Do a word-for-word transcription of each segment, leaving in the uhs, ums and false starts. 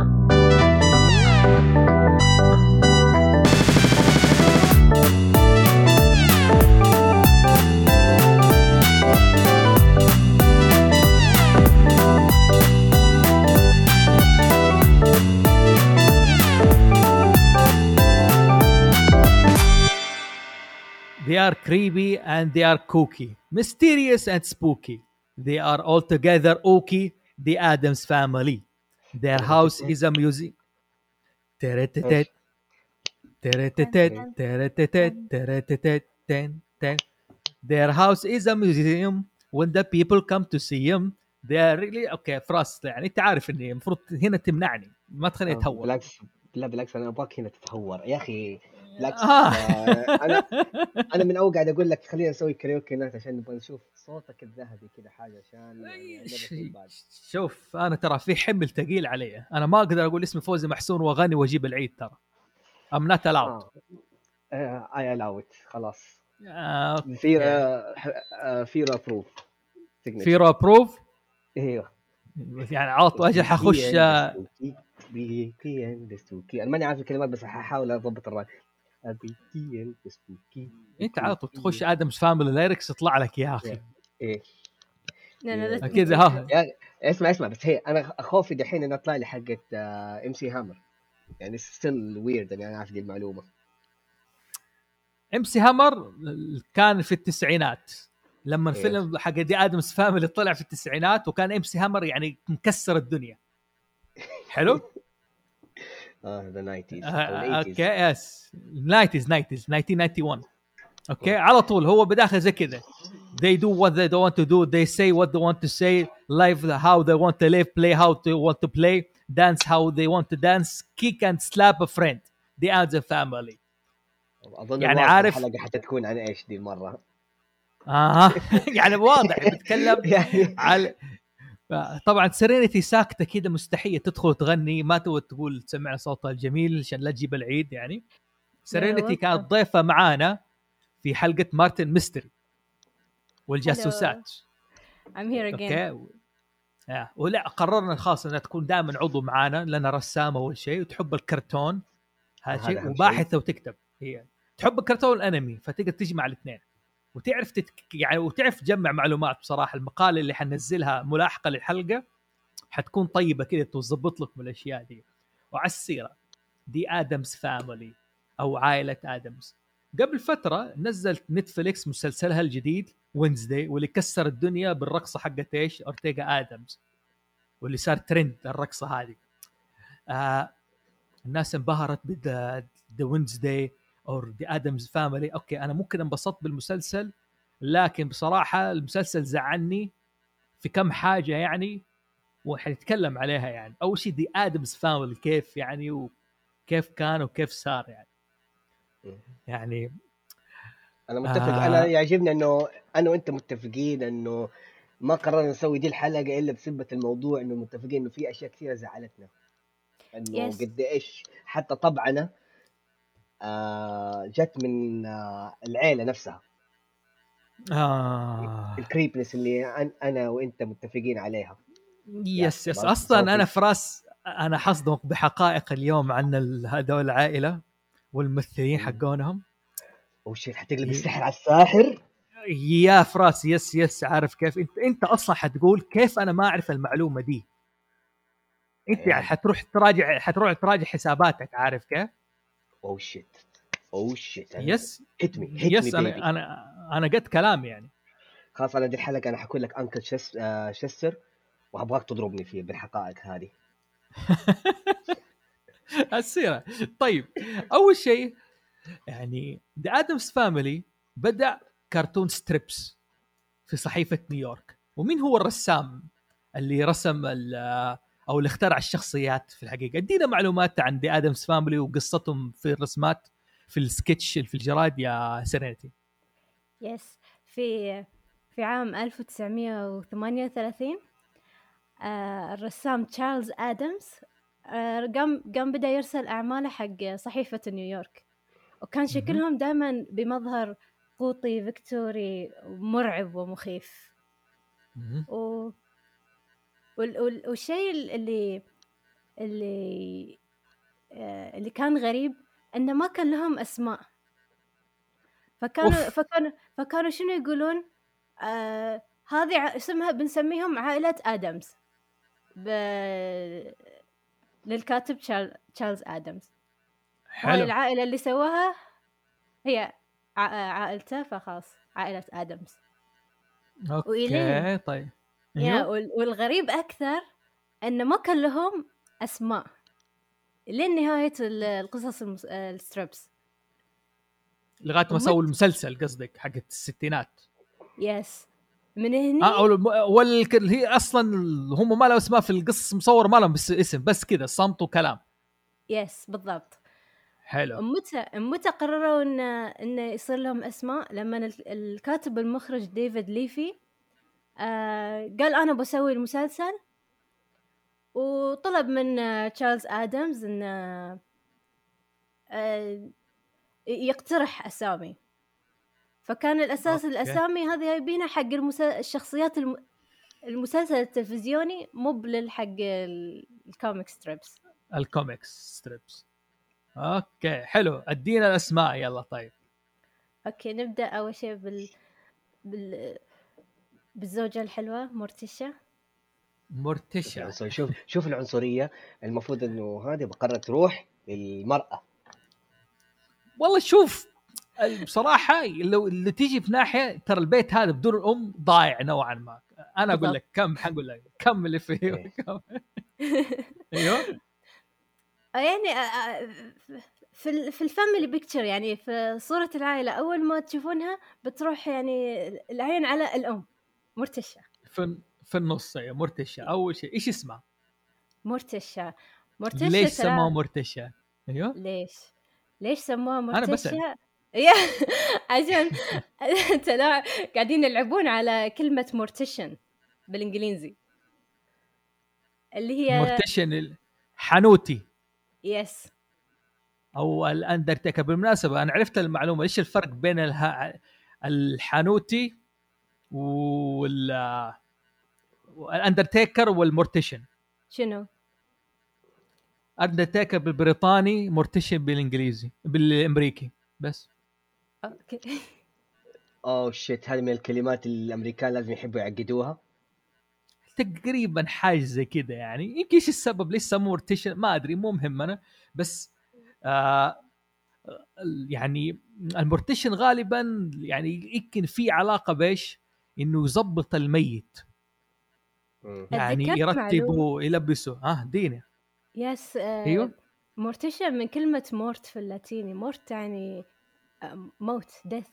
They are creepy and they are kooky, mysterious and spooky. They are all together ooky, the Addams family. Their house is a museum. إيش؟ Their house is a museum. When the people come to see him, they are really okay. فراس يعني انت عارف اني المفروض هنا تمنعني ما تخليني آه، اتهور. بالعكس، لا بالعكس انا ابغاك هنا تتهور يا اخي. بالعكس آه. آه، انا انا من اول قاعد اقول لك خلينا نسوي كاريوكي نايت عشان نبغى نشوف صوتك الذهبي كذا حاجه عشان يعني never feel bad. شوف انا ترى في حمل ثقيل علي، انا ما اقدر اقول اسمي فوزي محسون واغني واجيب العيد ترى. I'm not allowed. اه اي allow it خلاص. آه، في أوكي. في ابروف في رو ابروف ايوه يعني عاط اجل حخش. بيكي اند سبوكي انا ماني عارف الكلمات بس حاحاول اضبط الراي. بيكي اند سبوكي انت عاطل تخش ادمز فاميلي ليركس يطلع لك يا اخي. ايه لا لا لا اكيد ها. يعني اسمع اسمع بس هي انا خوفي دحين انه اطلع لي حقه ام سي هامر يعني ستيل ويرد اني انا عارف دي المعلومه. ام سي هامر كان في التسعينات لما إيه. الفيلم حق دي ادمز فاميلي طلع في التسعينات وكان ام سي هامر يعني مكسر الدنيا. حلو. اه ذا ناينتيز آه، اوكي يس ناينتيز ناينتيز ألف وتسعمية وواحد وتسعين. اوكي على طول هو بداخل زي كذا they do what they don't want to do, they say what they want to say, live how they want to live, play how they want to play, dance how they want to dance, kick and slap a friend. The Addams family. اظن يعني الواضح عارف الحلقه حتكون عن ايش دي المره. اها يعني واضح بتكلم يعني على طبعا سيرينيتي ساكته كده مستحيل تدخل تغني ما تبغى تقول تسمعنا صوتها الجميل عشان لا تجيب العيد يعني. سيرينيتي كانت ضيفه معانا في حلقه مارتن ميستري والجاسوسات. I'm here again. اوكي آه. ولا قررنا خاص انها تكون دائما عضو معانا لانها رسامه اول شيء وتحب الكرتون هذا هذا شيء أهم وباحثه وتكتب هي تحب الكرتون والانمي فتقدر تجمع الاثنين وتعرف تتك... يعني وتعرف تجمع معلومات. بصراحه المقاله اللي حننزلها ملاحقه للحلقه حتكون طيبه كده تظبط لك من الاشياء دي. وعلى السيره دي ادمز فاميلي او عائله ادمز قبل فتره نزلت نتفليكس مسلسلها الجديد وينزداي واللي كسر الدنيا بالرقصه حقت ايش اورتيغا ادمز واللي صار ترند الرقصه هذه. آه الناس انبهرت بذا ذا وينزداي او ذا ادمز فاميلي. اوكي انا ممكن انبسطت بالمسلسل لكن بصراحه المسلسل زعلني في كم حاجه يعني وحنتكلم عليها. يعني اول شيء ذا ادمز فاميلي كيف يعني وكيف كان وكيف صار يعني يعني انا متفق. آه انا يعجبني انه انا وانت متفقين انه ما قررنا نسوي دي الحلقه الا بسبب الموضوع انه متفقين انه في اشياء كثيره زعلتنا انه Yes. قد ايش حتى طبعنا آه جت من آه العيله نفسها آه الكريبنس اللي أن- انا وانت متفقين عليها. يس يس شباب، اصلا صوتي. انا فراس انا حصدمك بحقائق اليوم عن ال- هذول العائله والممثلين حقونهم. وش حتقلب ي- السحر على الساحر يا فراس يس يس عارف كيف انت انت اصلا حتقول كيف انا ما اعرف المعلومه دي. انت يعني حتروح تراجع حتروح تراجع حساباتك عارف كيف. اوه شيت اوه شيت يس هيت مي هيت مي يس بيبي. انا انا انا قد كلام يعني. خلاص انا دي الحلقه انا حكون لك انكل شس... آه شستر وابغاك تضربني فيه بالحقائق هذه. السيره طيب اول شيء يعني The Addams Family بدأ كرتون ستريبس في صحيفة نيويورك. ومين هو الرسام اللي رسم أو اللي اخترع الشخصيات في الحقيقة؟ ادينا معلومات عن The Addams Family وقصتهم في الرسمات في السكتش في الجراد يا سيرينيتي. يس في في عام ألف وتسعمية وثمانية وثلاثين آه الرسام تشارلز آدمز آه قام قام بدأ يرسل أعماله حق صحيفة نيويورك وكان شكلهم دائما بمظهر قوطي فيكتوري مرعب ومخيف. و... وال... وال... والشيء اللي اللي آه، اللي كان غريب انه ما كان لهم اسماء. فكانوا أوف. فكانوا فكانوا شنو يقولون؟ آه هذه ع- اسمها بنسميهم عائلة آدمز ب... للكاتب تشارل... تشارلز آدمز. وهاي حلو. العائلة اللي سواها هي ع... عائلته، فخلاص عائلة آدمز. وإلين اوكي طيب. يا ايوه وال... والغريب أكثر أنه ما كان لهم أسماء لين نهاية ال- القصص المس... الستريبس. لغايه ما ومت- سووا المسلسل قصدك حق الستينات. يس من هني اه او الم- وال هي اصلا هم ما لهم اسماء في القصص مصور، ما لهم بس اسم، بس كذا صمت وكلام. يس بالضبط. حلو. متى متى قرروا ان انه يصير لهم اسماء؟ لما ال- الكاتب المخرج ديفيد ليفي آه قال انا بسوي المسلسل، وطلب من آه تشارلز آدمز انه آه يقترح اسامي. فكان الاساس أوكي. الاسامي هذه جايبينها حق المس... الشخصيات الم... المسلسل التلفزيوني، مو للحق ال- الكوميك ستريبس. الكوميكس ستريبس. اوكي حلو، ادينا الاسماء يلا. طيب اوكي نبدا اول شيء بال بال بالزوجة الحلوة مورتيشا. مرتشا. العنصرية. شوف شوف العنصرية. المفروض انه هذه بقرر تروح للمرأة. والله شوف بصراحه لو اللي تيجي في ناحيه، ترى البيت هذا بدون الام ضايع نوعا ما. انا اقول بالضبط. لك كم حقول لك كم اللي فيه. إيه. كم. ايوه يعني آه، آه، في ال- في الفاميلي بيكتشر، يعني في صورة العائلة أول ما تشوفونها بتروح يعني العين على الأم مرتشة. في في النص. ايوه مرتشا اول شيء. ايش اسمها؟ مرتشة مرتشة ليش سموها ترى مرتشا؟ ايوه ليش ليش سموها انا بسأل. مرتشة؟ يا عشان تلا قاعدين يلعبون على كلمة مورتيشن بالإنجليزي اللي هي مرتشن الحانوتي يس. او الاندرتيكر. بالمناسبه انا عرفت المعلومه، ايش الفرق بين الها... الحانوتي وال الاندرتيكر والمورتيشن؟ شنو؟ اندرتيكر بالبريطاني، مورتيشن بالانجليزي بالامريكي بس. أوكي. اوه شيت، هذه من الكلمات اللي الامريكان لازم يحبوا يعقدوها. تقريبا حاجه زي كده يعني. يمكن ايش السبب ليش سموه مورتيشن ما ادري، مو مهم انا. بس آه يعني المورتيشن غالبا يعني يمكن في علاقه بايش، انه يضبط الميت مم. يعني أتذكرت معلومة. يرتبوا يلبسوا. ها آه دينا. يس آه ايوه مورتيشا من كلمة مورت في اللاتيني. مورت يعني آه، موت death.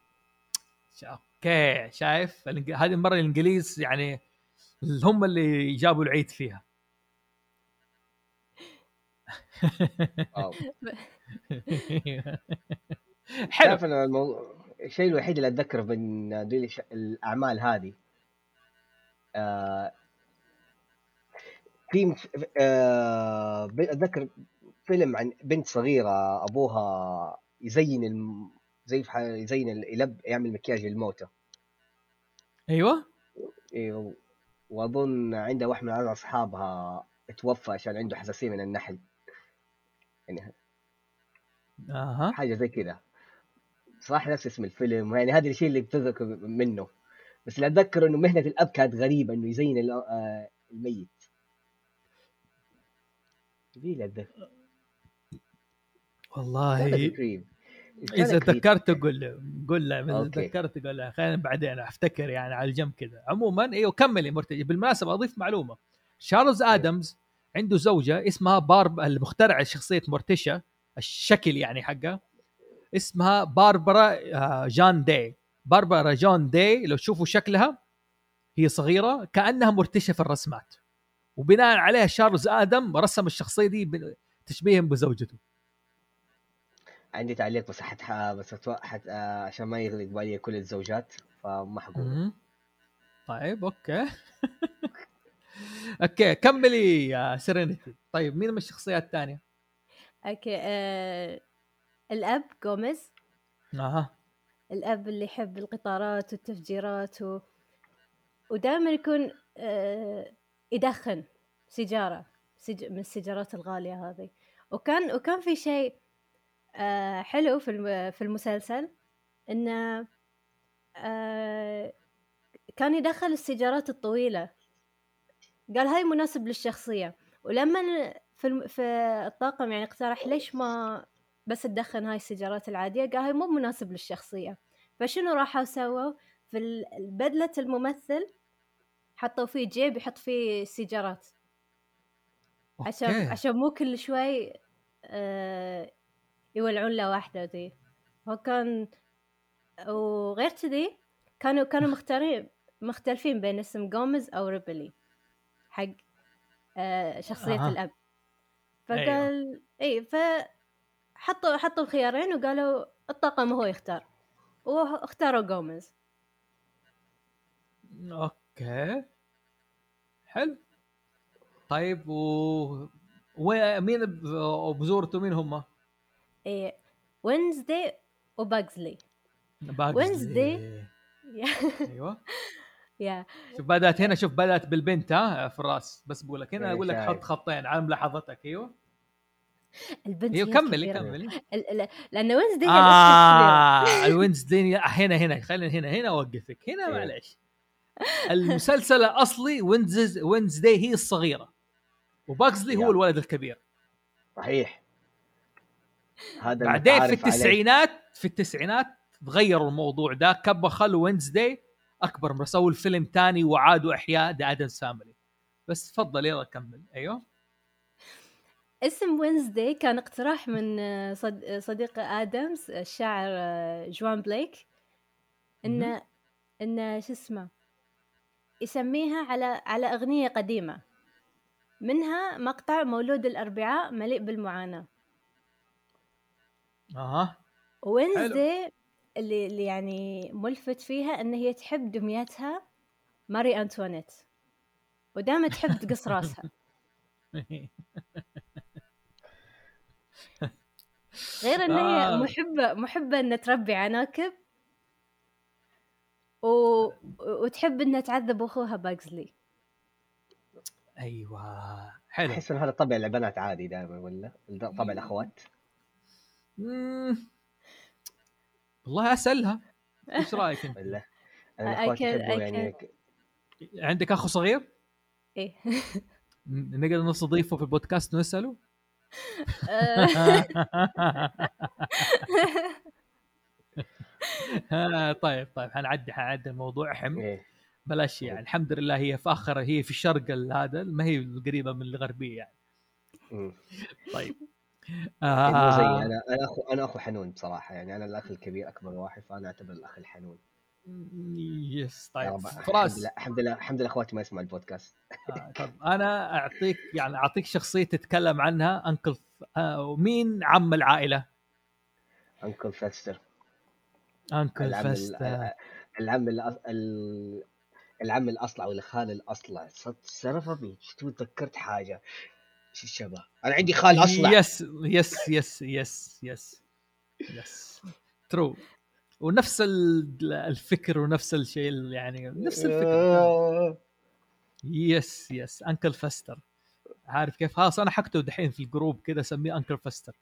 اوكي شايف الإنج- هذه المره الانجليز يعني هم اللي جابوا العيد فيها. واو. حلو. تعرف انا المو... الشيء الوحيد اللي اتذكره من دي الش- الاعمال هذه آه... في آه... ب- اتذكر فيلم عن بنت صغيره ابوها يزين الم... زي في ح... يزين ال- يلب يعمل مكياج للموتى. ايوه إيه، واظن عندها واحد من اصحابها توفى عشان عنده حساسيه من النحل، يعني اها حاجه زي كذا. صراحه نفس اسم الفيلم، يعني هذا الشيء اللي بتذكر منه. بس اللي اتذكر انه مهنه الاب كانت غريبه، انه يزين ال- آه، الميت. دي اللي اتذكر. والله كانت غريب. اذا تذكرت قول له قول له اذا أوكي. تذكرت قول له خلينا بعدين افتكر يعني على الجنب كذا. عموما ايوه كملي مرتجي. بالمناسبه اضيف معلومه، شارلز ادمز عنده زوجه اسمها بارب، المخترعه شخصيه مورتيشا الشكل يعني حقها اسمها باربرا آه، جان داي. باربرا جان داي لو تشوفوا شكلها هي صغيره كانها مرتشة في الرسمات، وبناء عليها شارلز ادم رسم الشخصيه دي ب- تشبيها بزوجته. عندي تعليق بس حت بس أتو... حت... آه، عشان ما يغلق بالي كل الزوجات فما حقول. مم. طيب اوكي. اوكي كملي يا سيرينيتي. طيب مين من الشخصيات الثانيه؟ اوكي آه الاب جوميز. اها الاب اللي يحب القطارات والتفجيرات و... ودائما يكون آه يدخن سيجاره سج... من السجارات الغالية هذه. وكان وكان في شيء آه حلو في الم... في المسلسل إنه آه كان يدخل السيجارات الطويلة، قال هاي مناسب للشخصية. ولما في الم... في الطاقم يعني اقترح ليش ما بس تدخن هاي السيجارات العادية، قال هاي مو مناسب للشخصية. فشنو راحوا سووا في البدلة الممثل؟ حطوا فيه جيب يحط فيه سيجارات عشان أوكي. عشان مو كل شوي آه يولعون له واحدة ذي. هو كان وغير كذي كانوا كانوا مختارين مختلفين بين اسم جوميز أو ريبلي حق آه شخصية أها. الأب. فقال أيوه. إيه، فحطوا حطوا الخيارين وقالوا الطاقم هو يختار، واختاروا جوميز. اوكي حلو. طيب و ومين ب... وبزورته مين هم؟ إيه، وينزداي وباجزلي. وينزداي ايوه. يا شوف بدأت هنا، شوف بدأت بالبنت ها في الراس، بس بقول لك هنا إيه، اقول لك حط شايف. خطين على ملاحظتك. ايوه البنت ايوه هي كملي الكبيرة. كملي. ال- ال- لأن وينزداي هي الأخت الكبيرة. اه الوينزداي هنا هنا خلينا هنا هنا اوقفك هنا إيه. معليش. المسلسل الاصلي وينزز وينزداي هي الصغيره وباكسلي هو يا. الولد الكبير. صحيح. هذا بعدين في المتعارف عليه. التسعينات في التسعينات تغيروا الموضوع ده، كبر خلوا وينزداي اكبر، مسووا الفيلم تاني وعادوا احياء ذا ادم فاميلي. بس تفضل يلا كمل. ايوه اسم وينزداي كان اقتراح من صد... صديق آدمز الشاعر جوان بليك، إنه إنه شو اسمه يسميها على على أغنية قديمة، منها مقطع مولود الأربعاء مليء بالمعاناة. اها وينزداي اللي, اللي يعني ملفت فيها إن هي تحب دميتها ماري أنطوانيت، ودائما تحب تقص راسها. غير إن هي آه. محبة محبة إن تربي عناكب و... وتحب إنها تعذب أخوها باكسلي. ايوه حلو. احس ان هذا طبع البنات عادي دائما، ولا طبع الاخوات؟ مم. والله اسالها ايش رايك انت؟ ولا انا I الاخوات can يحبوا I يعني can عندك اخو صغير؟ إيه. نقدر نستضيفه في البودكاست ونساله. طيب طيب حنعدي حنعدي الموضوع حم. إيه. بلاش يعني الحمد لله هي في اخر، هي في الشرق هذا، ما هي قريبه من الغربيه يعني. مم. طيب يعني مو زي آه. انا انا اخو انا اخو حنون بصراحه، يعني انا الاخ الكبير اكبر واحد، فانا اعتبر الاخ الحنون. يس يا طيب رب الحمد فراس. لله الحمد لله الحمد لله اخواتي ما يسمعوا البودكاست. آه طب انا اعطيك يعني اعطيك شخصيه تتكلم عنها انكل. آه ومين عم العائله؟ انكل فاستر. انكل العم ال- فاستر. العم الأص- ال- العم الاصلع ولا خال الاصلع. صرف ابي شو تذكرت حاجه. شو الشبه، انا عندي خال اصلع. يس يس يس يس يس يس ترو. ونفس ال- الفكر ونفس الشيء يعني نفس الفكره تمام. يس يس انكل فاستر. عارف كيف؟ خلاص انا حكته دحين في الجروب كذا سميه انكل فاستر.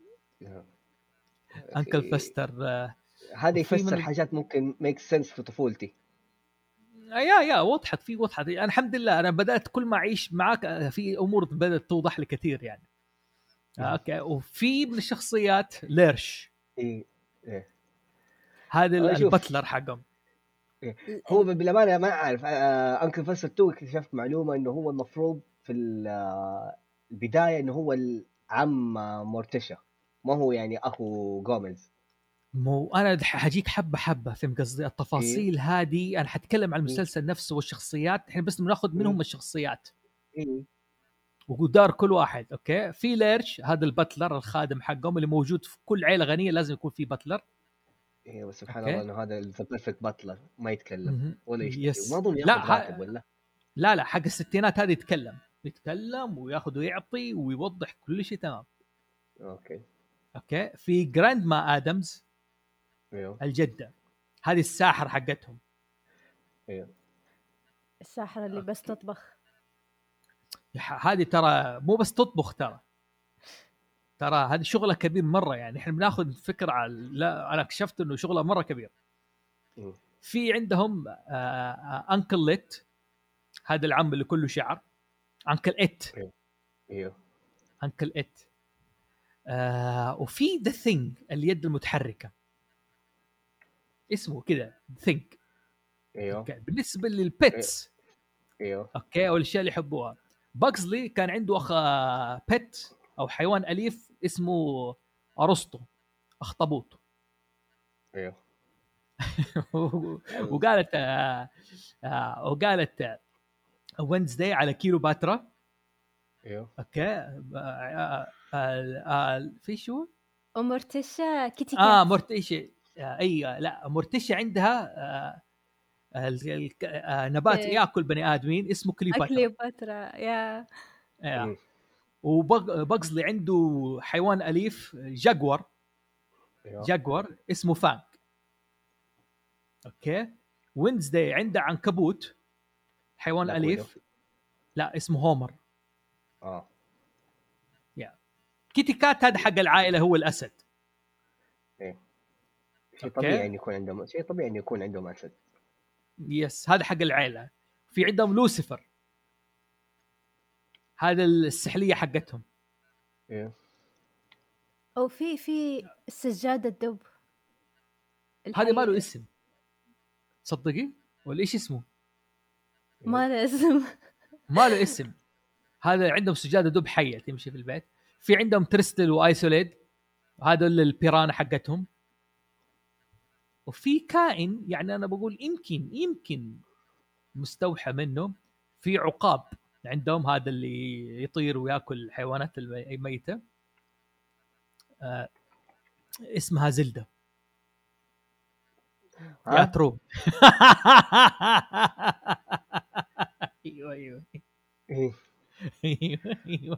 انكل فاستر. آه هذا يفسر من... حاجات ممكن ميك سنس في طفولتي. يا يا وضحت في وضحت. انا الحمد لله انا بدات كل ما اعيش معك في امور بدات توضح لي كثير يعني. اوكي. وفي من الشخصيات ليرش. ايه ايه هذا أشوف. البتلر حقهم. إيه. هو بالامانه ما اعرف. آه انكل فاستر تو اكتشفت معلومه انه هو المفروض في ال- آه، البدايه انه هو العم آه، مورتيشا، ما هو يعني اخو جوميز. مو انا حجيك حبه حبه فهم قصدي. إيه. التفاصيل هذه انا حتكلم عن إيه. المسلسل نفسه والشخصيات، احنا بس بناخذ منهم إيه. الشخصيات إيه. وقدار كل واحد. اوكي. في ليرش هذا البتلر الخادم حقهم اللي موجود في كل عيله غنيه لازم يكون في بتلر. ايه بس سبحان أوكي. الله انه هذا ذا بيرفكت باتلر ما يتكلم مهم. ولا يشتكي يس. وما اظن لا ياخذ ح... راتب ولا. لا لا حق الستينات هذه يتكلم يتكلم وياخذ ويعطي ويوضح كل شيء تمام. اوكي. اوكي. في جراند ما ادمز ايوه الجده، هذه الساحر حقتهم. ايوه الساحرة اللي بس تطبخ. هذه ترى مو بس تطبخ، ترى ترى هذه شغله كبير مره. يعني احنا بناخذ فكره على، لا انا اكتشفت انه شغله مره كبير. في عندهم انكل ليت، هذا العم اللي كله شعر، انكل ات. ايوه انكل ات. آه وفي ذا ثينج، اليد المتحركه، اسمه كذا ثينج. ايوه بالنسبه للبيتس، ايوه اوكي، او الاشياء اللي يحبوها، باكسلي كان عنده اخ بيت او حيوان اليف اسمه ارسطو، اخطبوط. ايوه وقالت آه آه وقالت وينزداي على كيلو باترا. ايوه اوكي. آه آه آه آه في شو ومرتشة كيتي كات. اه مرتشة. آه اي لا، مرتشة عندها آه ال- آه نبات إيه. ياكل بني ادمين اسمه كليوباترا. كليوباترا يا آه. وبغزلي عنده حيوان اليف جاكور. ايوه جاكور اسمه فانك. اوكي. وينزداي عنده عنكبوت، حيوان لا، اليف. لا اسمه هومر. اه يا كيتي كات هذا حق العائله، هو الاسد. ايه شيء أوكي. طبيعي ان يكون عندهم شيء طبيعي ان يكون عندهم اسد. يس هذا حق العائله. في عندهم لوسيفر، هذا السحليه حقتهم. ايه او في في السجادة الدب. هذا ما له اسم صدقي، ولا ايش اسمه؟ ما له اسم. ما له اسم. هذا عندهم سجاده دب حيه تمشي في البيت. في عندهم تريستل وايسوليد، هذا البيرانا حقتهم. وفي كائن يعني انا بقول يمكن يمكن مستوحى منه، في عقاب عندهم، هذا اللي يطير وياكل الحيوانات الميته. آه اسمها زلدة. يا ترو. ايوه ايوه ايه ايوه ايوه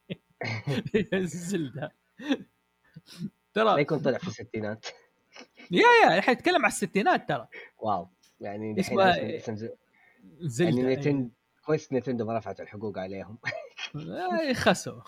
زلدة. لا ترى يكون طلع في الستينات. يا يا احنا نتكلم على الستينات ترى. واو يعني دحين اسمها اسم اسم ز- زلدة. يعني أيوة. نتن كويس نتندو ما رفعت الحقوق عليهم. يخسوا.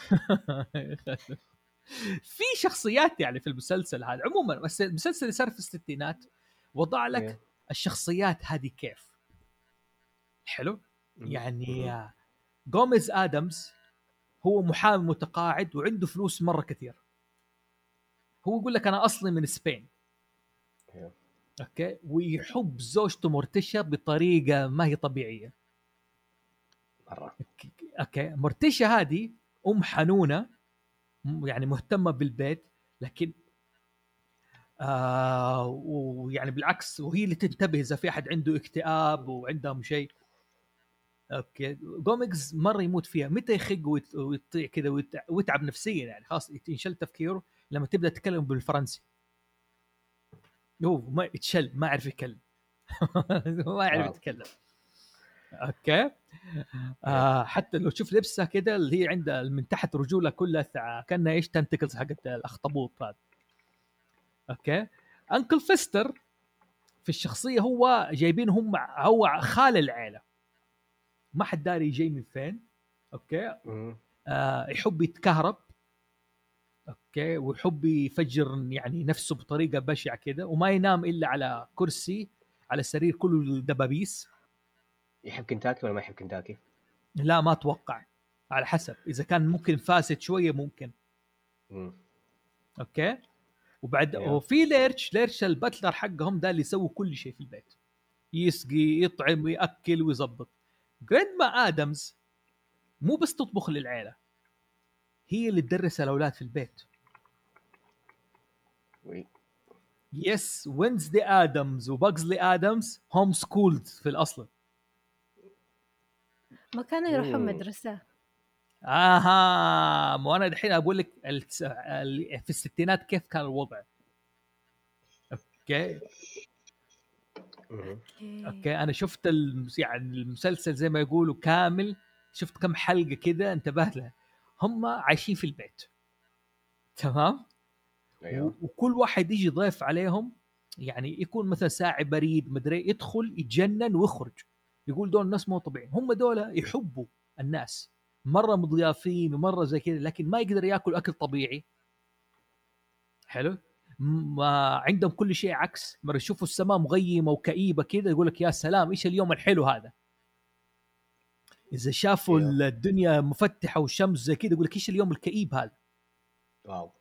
في شخصيات يعني في المسلسل هذا عموما، بس المسلسل اللي صار في الستينات وضع لك الشخصيات هذه كيف حلو. يعني غوميز آدمز هو محامي متقاعد وعنده فلوس مرة كثير. هو يقول لك أنا أصلي من اسبين. أوكي. ويحب زوجته مرتشة بطريقة ما هي طبيعية مرة. أوكي. مرتشة هذه أم حنونة، يعني مهتمة بالبيت، لكن آه ويعني بالعكس، وهي اللي تنتبه إذا في أحد عنده اكتئاب وعندهم شيء. اوكي. جوميكس مره يموت فيها متى يخق ويطيع كذا ويتعب نفسيا، يعني خلاص ينشل تفكيره لما تبدا تتكلم بالفرنسي. هو ما يتشل، ما يعرف يتكلم. ما يعرف يتكلم. اوكي. آه حتى لو تشوف لبسها كده اللي هي عندها من تحت رجولها كلها كانها ايش تنتكلز حقت الاخطبوط هذا. اوكي. انكل فيستر في الشخصيه هو جايبين هم هو خال العيله، ما حد داري جاي من فين. اوكي. آه يحب يتكهرب. اوكي. ويحب يفجر يعني نفسه بطريقه بشعه كده، وما ينام الا على كرسي على سرير كله دبابيس. يحب كنتاكي ولا ما يحب كنتاكي؟ لا ما اتوقع، على حسب اذا كان ممكن فاسد شويه ممكن. مم. اوكي. وبعد أيوه. وفي ليرش ليرش الباتلر حقهم ده اللي يسوي كل شيء في البيت، يسقي يطعم ويأكل ويظبط. جراندما آدمز مو بس تطبخ للعيلة، هي اللي تدرس الأولاد في البيت. وي. يس. وينزدي آدمز وباكسلي آدمز هوم سكولد في الأصل. ما كانوا يروحون مدرسة. آها. مو أنا دحين أقول لك في الستينات كيف كان الوضع. أوكي. أوكي. أنا شفت يعني المسلسل زي ما يقولوا كامل، شفت كم حلقة كده انتبهت لها. هم عايشين في البيت تمام. أيوه. وكل واحد يجي ضيف عليهم، يعني يكون مثلا ساعي بريد مدري، يدخل يتجنن ويخرج، يقول دول الناس مو طبيعيين. هم دول يحبوا الناس، مره مضيافين ومره زي كذا، لكن ما يقدر ياكل اكل طبيعي. حلو. ما عندهم كل شيء عكس، مره يشوفوا السماء مغيمه وكئيبه كذا يقول لك يا سلام ايش اليوم الحلو هذا. اذا شافوا أيوه. الدنيا مفتحه والشمس زي كذا يقول لك ايش اليوم الكئيب هذا. واو.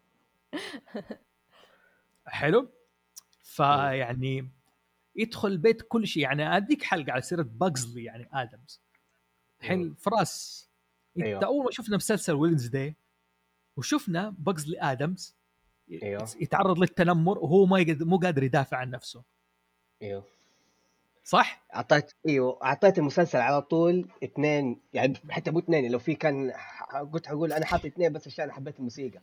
حلو. فيعني يدخل البيت كل شيء. يعني اديك حلقه على سيره باجزلي يعني ادمز. الحين فراس انت أيوه. اول ما شفنا مسلسل وينزداي وشفنا باجزلي ادمز أيوه. يتعرض للتنمر وهو ما يقدر مو قادر يدافع عن نفسه. ايوه صح. اعطيت ايوه اعطيت المسلسل على طول اثنين، يعني حتى مو اثنين، لو في كان ح- قلت حقول انا حاطط اثنين بس عشان حبيت الموسيقى.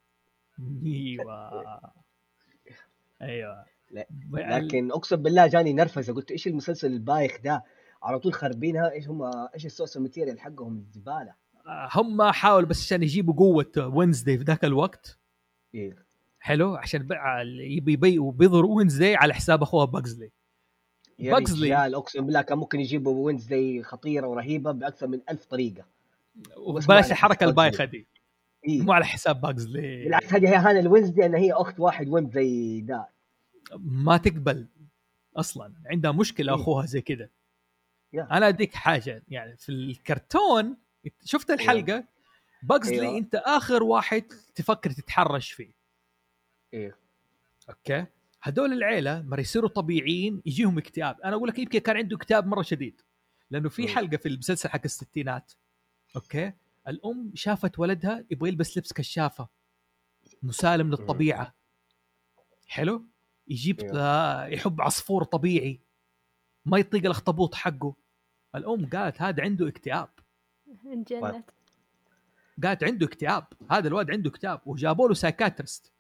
ايوه ايوه. لا. لكن اقسم بالله جاني نرفزه، قلت ايش المسلسل البايخ ده، على طول خربينها. ايش هم ايش السوشيال ماتيريال حقهم الزباله. هم حاولوا بس عشان يجيبوا قوه وينزداي في ذاك الوقت. إيه. حلو. عشان يبي يبي وبيظهروا وينزداي على حساب اخوها باجزلي. يا رجال اقسم بالله كان ممكن يجيبوا وينزداي خطيره ورهيبه باكثر من ألف طريقه. وبلاش الحركه البايخه دي. إيه؟ مو على حساب باجزلي. بالعكس هذه هي هانا الوينزداي ان هي اخت واحد وينزداي ده ما تقبل اصلا، عندها مشكله إيه؟ اخوها زي كذا. يا. انا اديك حاجه يعني في الكرتون شفت الحلقه إيه؟ باجزلي إيه؟ انت اخر واحد تفكر تتحرش فيه. إيه؟ اوكي. هدول العيله مره يصيروا طبيعيين يجيهم اكتئاب. انا اقول لك يمكن كان عنده اكتئاب مره شديد، لانه في حلقه في المسلسل حق الستينات اوكي الام شافت ولدها يبغى يلبس لبس كشافه مسالم للطبيعه. حلو. يجيب آه يحب عصفور طبيعي ما يطيق الاخطبوط حقه. الام قالت هذا عنده اكتئاب. انجنت. قالت عنده اكتئاب، هذا الواد عنده اكتئاب. وجابوا له سايكاتريست.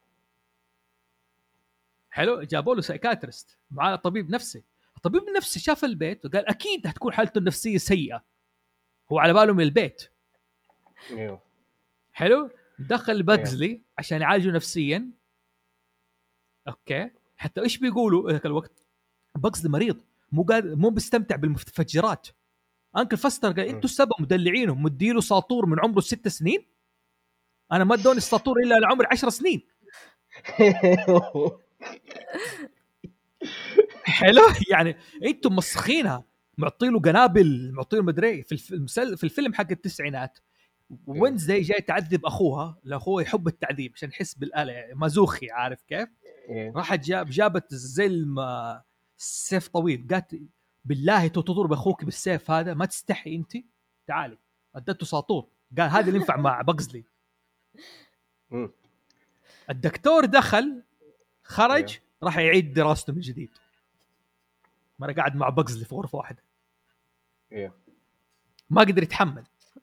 حلو. جابوا له سايكاتريست معاه طبيب نفسي. الطبيب النفسي شاف البيت وقال اكيد هتكون حالته النفسيه سيئه، هو على باله من البيت. ايوه. حلو. دخل باجزلي عشان يعالجه نفسيا. اوكي. حتى ايش بيقولوا ذاك الوقت؟ باجزلي مريض مو قادر مو بيستمتع بالمتفجرات. انكل فاستر قال انتوا السبب مدلعينه مديله ساطور من عمره ست سنين. انا ما ادوني الساطور الا لعمر عشر سنين. حلو. يعني انتم مسخينها معطي له قنابل معطي له مدري في الفيلم في الفيلم حق التسعينات. وينزداي جاي تعذب اخوها لاخوه يحب التعذيب عشان يحس بالاله مازوخي عارف كيف. راحت جاب جابت زي السيف طويل قالت بالله تضرب اخوك بالسيف هذا ما تستحي انت تعالي. ادته ساطور قال هذا اللي ينفع مع باجزلي. الدكتور دخل خرج راح يعيد دراسته من جديد. ما قاعد مع باجزلي في غرفه واحده. ما قدر يتحمل.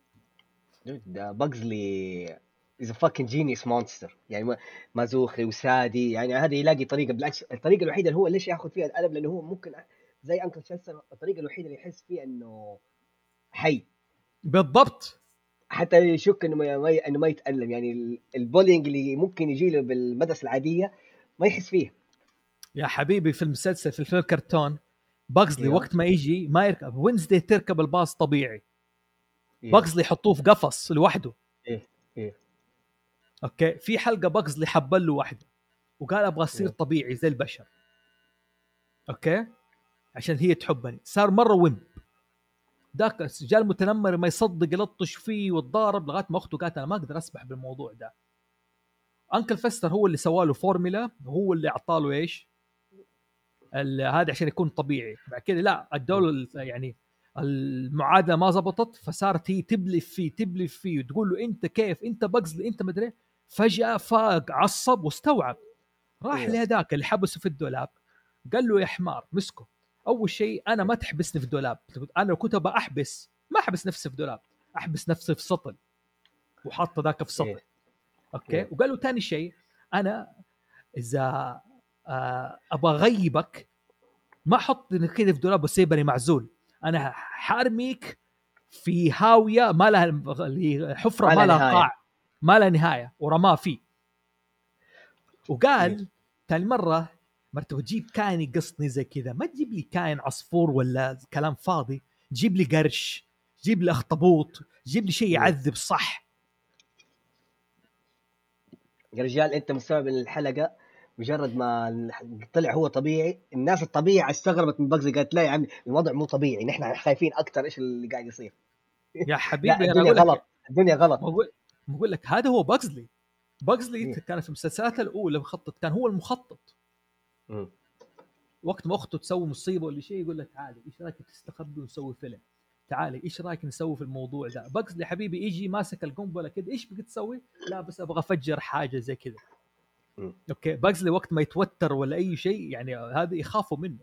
باجزلي is a fucking genius monster. يعني مازوخي وسادي، يعني هذا يلاقي طريقه. بالعكس الطريقه الوحيده اللي هو ليش ياخذ فيها الألم لانه هو ممكن زي انكل تشستر الطريقه الوحيده اللي يحس فيها انه حي بالضبط، حتى يشك انه ما انه ما يتألم. يعني البولينج اللي ممكن يجي له بالمدرسه العاديه ما يحس فيه. يا حبيبي في المسلسل في الفيلم كرتون باجزلي وقت ما يجي ما يركب وينزداي تركب الباص طبيعي. باجزلي يحطوه في قفص لوحده. إيه إيه. اوكي. في حلقه باجزلي حبل له واحده وقال ابغى اصير إيه. طبيعي زي البشر. اوكي. عشان هي تحبني. صار مره ويم ذاك جاء المتنمر ما يصدق يلطش فيه وتضارب لغايه ما اخته قالت انا ما اقدر اسمح بالموضوع ده. انكل فستر هو اللي سواله فورمولا وهو اللي اعطاله ايش هذا عشان يكون طبيعي. بعد كده لا الدوله يعني المعادله ما زبطت فصارت هي تبلف فيه تبلف فيه وتقول له انت كيف انت باجزلي انت مدري. فجاه فاق عصب واستوعب. راح لهذاك اللي حبسه في الدولاب قال له يا حمار مسكه. اول شيء انا ما تحبسني في الدولاب. انا لو كنت بحبس ما احبس نفسي في دولاب احبس نفسي في سطل وحط ذاك في سطل. اوكي. وقال له ثاني شيء انا اذا ابغى اغيبك ما احط كذا في دولاب وسيبني معزول. انا حارميك في هاويه ما لها حفره ما لها قاع ما لها نهايه ورماه فيه. وقال ثاني مره مرته تجيب كائن يقصني زي كذا ما تجيب لي كائن عصفور ولا كلام فاضي. جيب لي قرش جيب لي اخطبوط، جيب لي شيء يعذب صح. يا رجال انت مستوعب ان الحلقه مجرد ما طلع هو طبيعي، الناس الطبيعه استغربت من بجزي، قالت لا يا عمي الوضع مو طبيعي، نحن خايفين اكثر ايش اللي قاعد يصير. يا لا حبيبي انا الدنيا اقول لك، غلط، الدنيا غلط. بقول بقول لك هذا هو باكسلي. باكسلي إيه. كان في المسلسلات الاولى مخطط، كان هو المخطط. مم. وقت ما اخته تسوي مصيبه ولا شيء يقول لك تعالي ايش رايك تستخبي ونسوي فيلم، تعالي ايش رايك نسوي في الموضوع ده. باكسلي حبيبي يجي ماسك القنبله كده، ايش بك تسوي؟ لا بس ابغى افجر حاجه زي كده. مم. اوكي باكسلي وقت ما يتوتر ولا اي شيء يعني هذا يخافوا منه،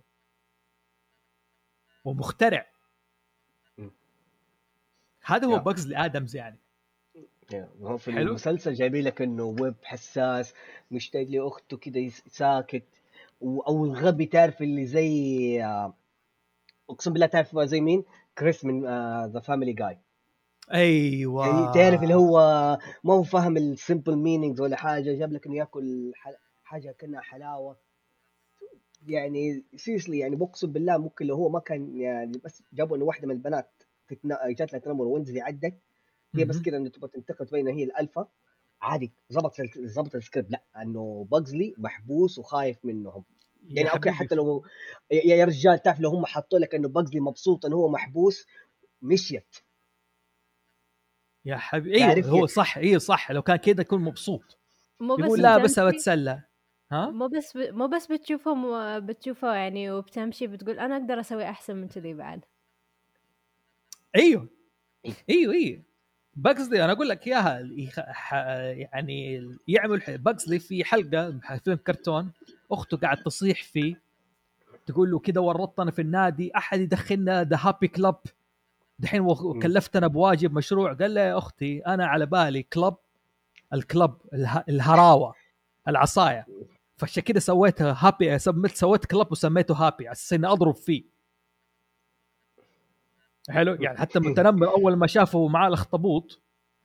ومخترع. مم. هذا هو يا. باكسلي ادمز يعني. يا. هو في حلو. المسلسل جايبين لك انه ويب حساس مشتاق لاخته كده يس- ساكت، و- او الغبي تعرف اللي زي آه، اقسم بالله تعرف زي مين؟ كريس من ذا فاميلي جاي. يعني تعرف اللي ايوه هو ما هو فاهم السيمبل مينينجز ولا حاجه، جاب لك انه ياكل ح- حاجه كانها حلاوه. يعني سيسلي يعني بقسم بالله ممكن لو هو ما كان يعني بس جابوا انه واحده من البنات تتنا... جات لها تنمر وينزلي عدت، هي بس مهم. كده انه تبغى تنتقد بين هي الالفا عادي، ظبط ظبط السكريبت. لا انه باجزلي محبوس وخايف منهم. يا يعني اوكي حبيبي حتى لو يا يا رجال تعرف لو هم حطوا لك انه باجزلي مبسوط انه هو محبوس مشيت. يا حبيبي ايوه تعرف هو ي- صح، ايوه صح، لو كان كده يكون مبسوط. مو بس يقول لا بس بتمشي، بتسلى. ها مو بس ب... مو بس بتشوفهم و- بتشوفه يعني وبتمشي بتقول انا اقدر اسوي احسن من كذي بعد. ايوه إيه. ايوه ايوه باكسلي انا اقول لك اياها يخ- ح- يعني يعمل ح- باكسلي في حلقه فيلم كرتون اخته قاعد تصيح فيه، تقول له كده ورطنا في النادي، احد يدخلنا ذا هابي كلاب، دحين و- مم. كلفتنا بواجب مشروع. قال لها يا اختي انا على بالي كلب، الكلب اله- الهراوه العصايه، فعشان كده سويتها هابي، سميت سويت كلب وسميته هابي على اساس اني اضرب فيه. حلو يعني حتى المتنمر اول ما شافه معاه الاخطبوط،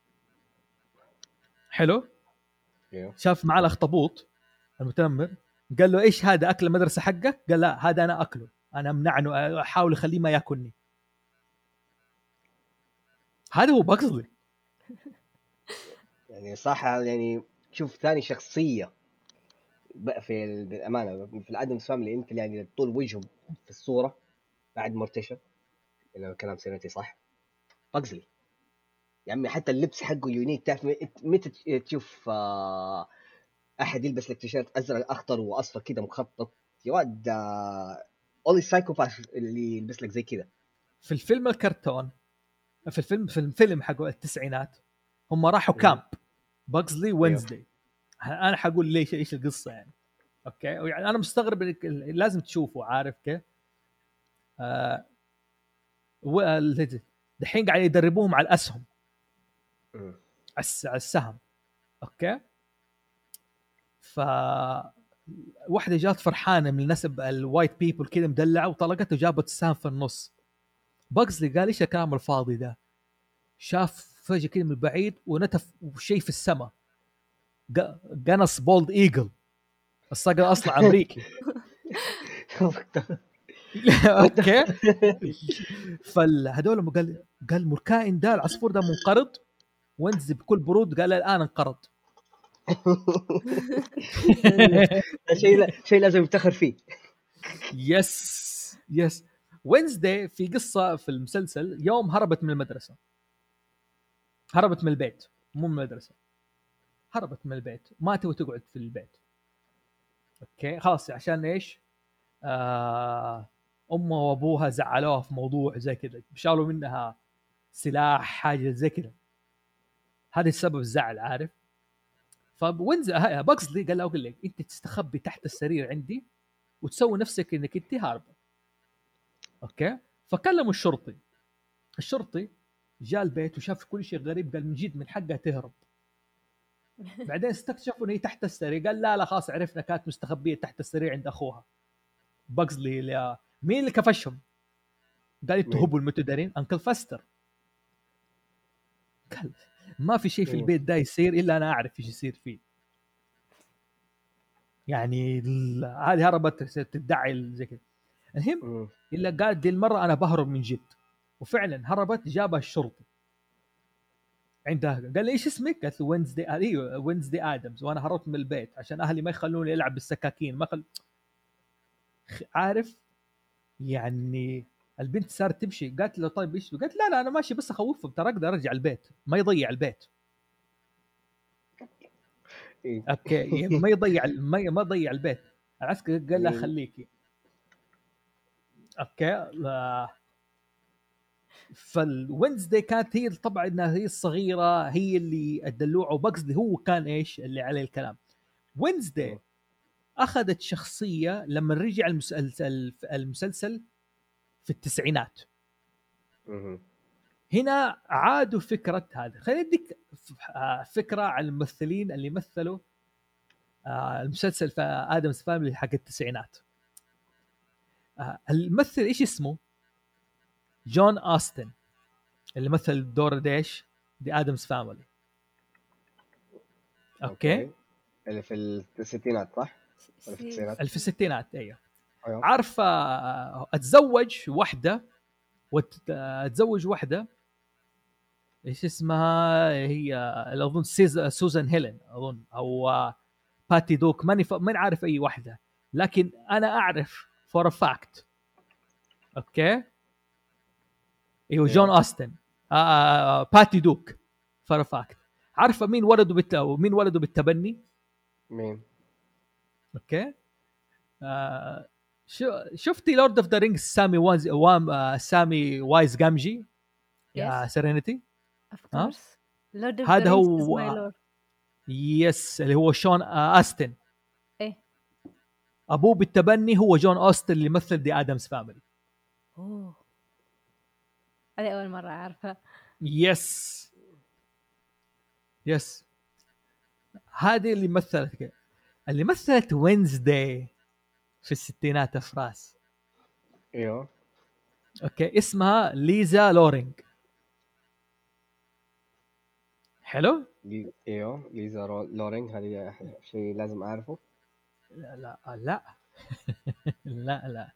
حلو ايوه. شاف معاه الاخطبوط المتنمر، قال له ايش هذا اكل المدرسه حقك؟ قال لا هذا انا اكله، انا امنعنه احاول اخليه ما ياكلني. هذا هو باكسلي. يعني صح يعني شوف ثاني شخصيه بقى في ال- بالامانه في الادمز فاميلي انت يعني طول وجههم في الصوره بعد مرتشى، لو كلام سيرتي صح باجزلي يا عمي. حتى اللبس حقه يونيك، تعرف متى تشوف آه، احد يلبس لك تيشيرت ازرق اخضر واصفر كده مخطط يا واد، اولي سايكوباث اللي يلبس لك زي كده. في الفيلم الكرتون، في الفيلم في الفيلم حق التسعينات هم راحوا كامب باكسلي وينزداي. انا حقول ليش ايش القصه يعني. اوكي يعني انا مستغرب انك لازم تشوفه، عارف كيف؟ آه دحين قاعد يدربوهم على الاسهم، مم. على السهم. اوكي ف واحدة جات فرحانة من الناس الوايت بيبل كده مدلعة وطلقت وجابت السهم في النص. باكسلي قال ايش الكلام الفاضي ده؟ شاف فجأة كده من بعيد ونتف شيء في السماء، قنص بولد ايجل، الصقر اصلا امريكي. اوكي فهذول قال قال الكائن ده العصفور ده منقرض، وانزل بكل برود قال الان انقرض. شيء شيء لازم يفتخر فيه. يس يس وينزداي في قصة في المسلسل يوم هربت من المدرسة، هربت من البيت مو من المدرسة، هربت من البيت ما تبغى تقعد في البيت. اوكي خلاص عشان ايش؟ آه امها وابوها زعلوها في موضوع زي كذا، شالوا منها سلاح حاجة زي كذا، هذا السبب الزعل عارف. فوينز باكسلي قال له اقول لك انت تستخبي تحت السرير عندي وتسوي نفسك انك انت هاربه. اوكي فكلموا الشرطي، الشرطي جاء البيت وشاف كل شيء غريب، قال من جد من حقها تهرب. بعدين استكشفوا ان هي تحت السرير، قال لا لا خلاص عرفنا كانت مستخبيه تحت السرير عند اخوها. باكسلي لا مين اللي كفشهم؟ قال انتوا هبوا المتدرين انكل فاستر. قال ما في شيء في البيت ده يصير الا انا اعرف ايش يصير فيه. يعني هذه هربت تدعي زي كذا. المهم الا قال دي المره انا بهرب من جد. وفعلا هربت، جابها الشرطي عندها، قال لي ايش اسمك؟ قالت له وينزداي. ايوه وينزداي ادمز، وانا هربت من البيت عشان اهلي ما يخلوني العب بالسكاكين، ما خل... عارف يعني. البنت صارت تمشي، قالت له طيب ايش؟ قالت لا لا انا ماشي بس اخوفهم، ترى اقدر ارجع البيت، ما يضيع البيت. اوكي ما يضيع ما ما يضيع البيت. العسكري قال لها خليكي. اوكي لا. فالوينزداي كانت هي طبعا انها هي الصغيره، هي اللي الدلوعه، وبقصدي هو كان ايش اللي عليه الكلام. وينزداي اخذت شخصيه لما رجع المسلسل المسلسل في التسعينات. هنا عادوا فكره هذا. خليني اديك فكره عن الممثلين اللي مثلوا المسلسل في ادمز فاميلي حق التسعينات. الممثل ايش اسمه؟ جون أوستن، اللي مثل دور ديش دي ادمز فاميلي. اوكي, أوكي. اللي في الستينات صح؟ في الستينات في الستينات ايوه. عارفه اتزوج واحده وتزوج واحده ايش اسمها هي؟ اظن سوزان هيلين اظن، او باتي دوك، ماني ف... ما عارف اي واحده، لكن انا اعرف فور فاكت. اوكي ايوه جون أوستن، آه باتي دوك فور فاكت. عارفه مين ولده بالت... مين ولده بالتبني؟ مين؟ اوكي آه شو شفتي لورد اوف ذا رينجز سامي واز وام آه سامي وايز جامجي يا سيرينيتي؟ ها هذا هو يس اللي هو شون أوستن. ايه ابوه بالتبني هو جون أوستن اللي مثل دي ادمز فاميلي. اوه هذه اول مره اعرفها. يس يس هذه اللي مثلت اللي مثلت وينزداي في الستينات افراس. ايوه اوكي اسمها ليزا لورينج. حلو. ايوه ليزا لورينج، هذه شيء لازم اعرفه. لا لا لا لا لا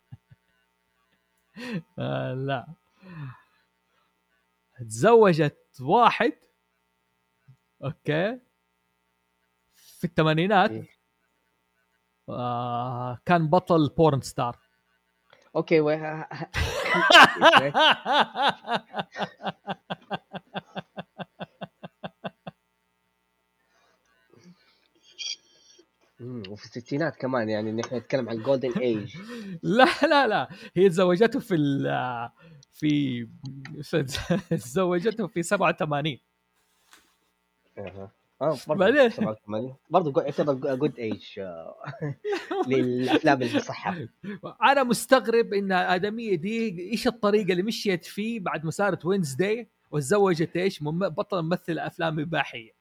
آه لا. تزوجت واحد اوكي في الثمانينات. إيه؟ آه كان بطل بورن ستار. اوكي و... وفي الستينات كمان، يعني نحن نتكلم عن الجولدن ايج. لا لا لا هي تزوجته في في تزوجته في سبعة وثمانين. اها اه برضه سبعة وثمانين برضه يعتبر جود ايج للافلام اللي بصحة. انا مستغرب ان ادميه دي ايش الطريقه اللي مشيت فيه بعد ما صارت وينزداي وتزوجت ايش بطل ممثل افلام اباحيه.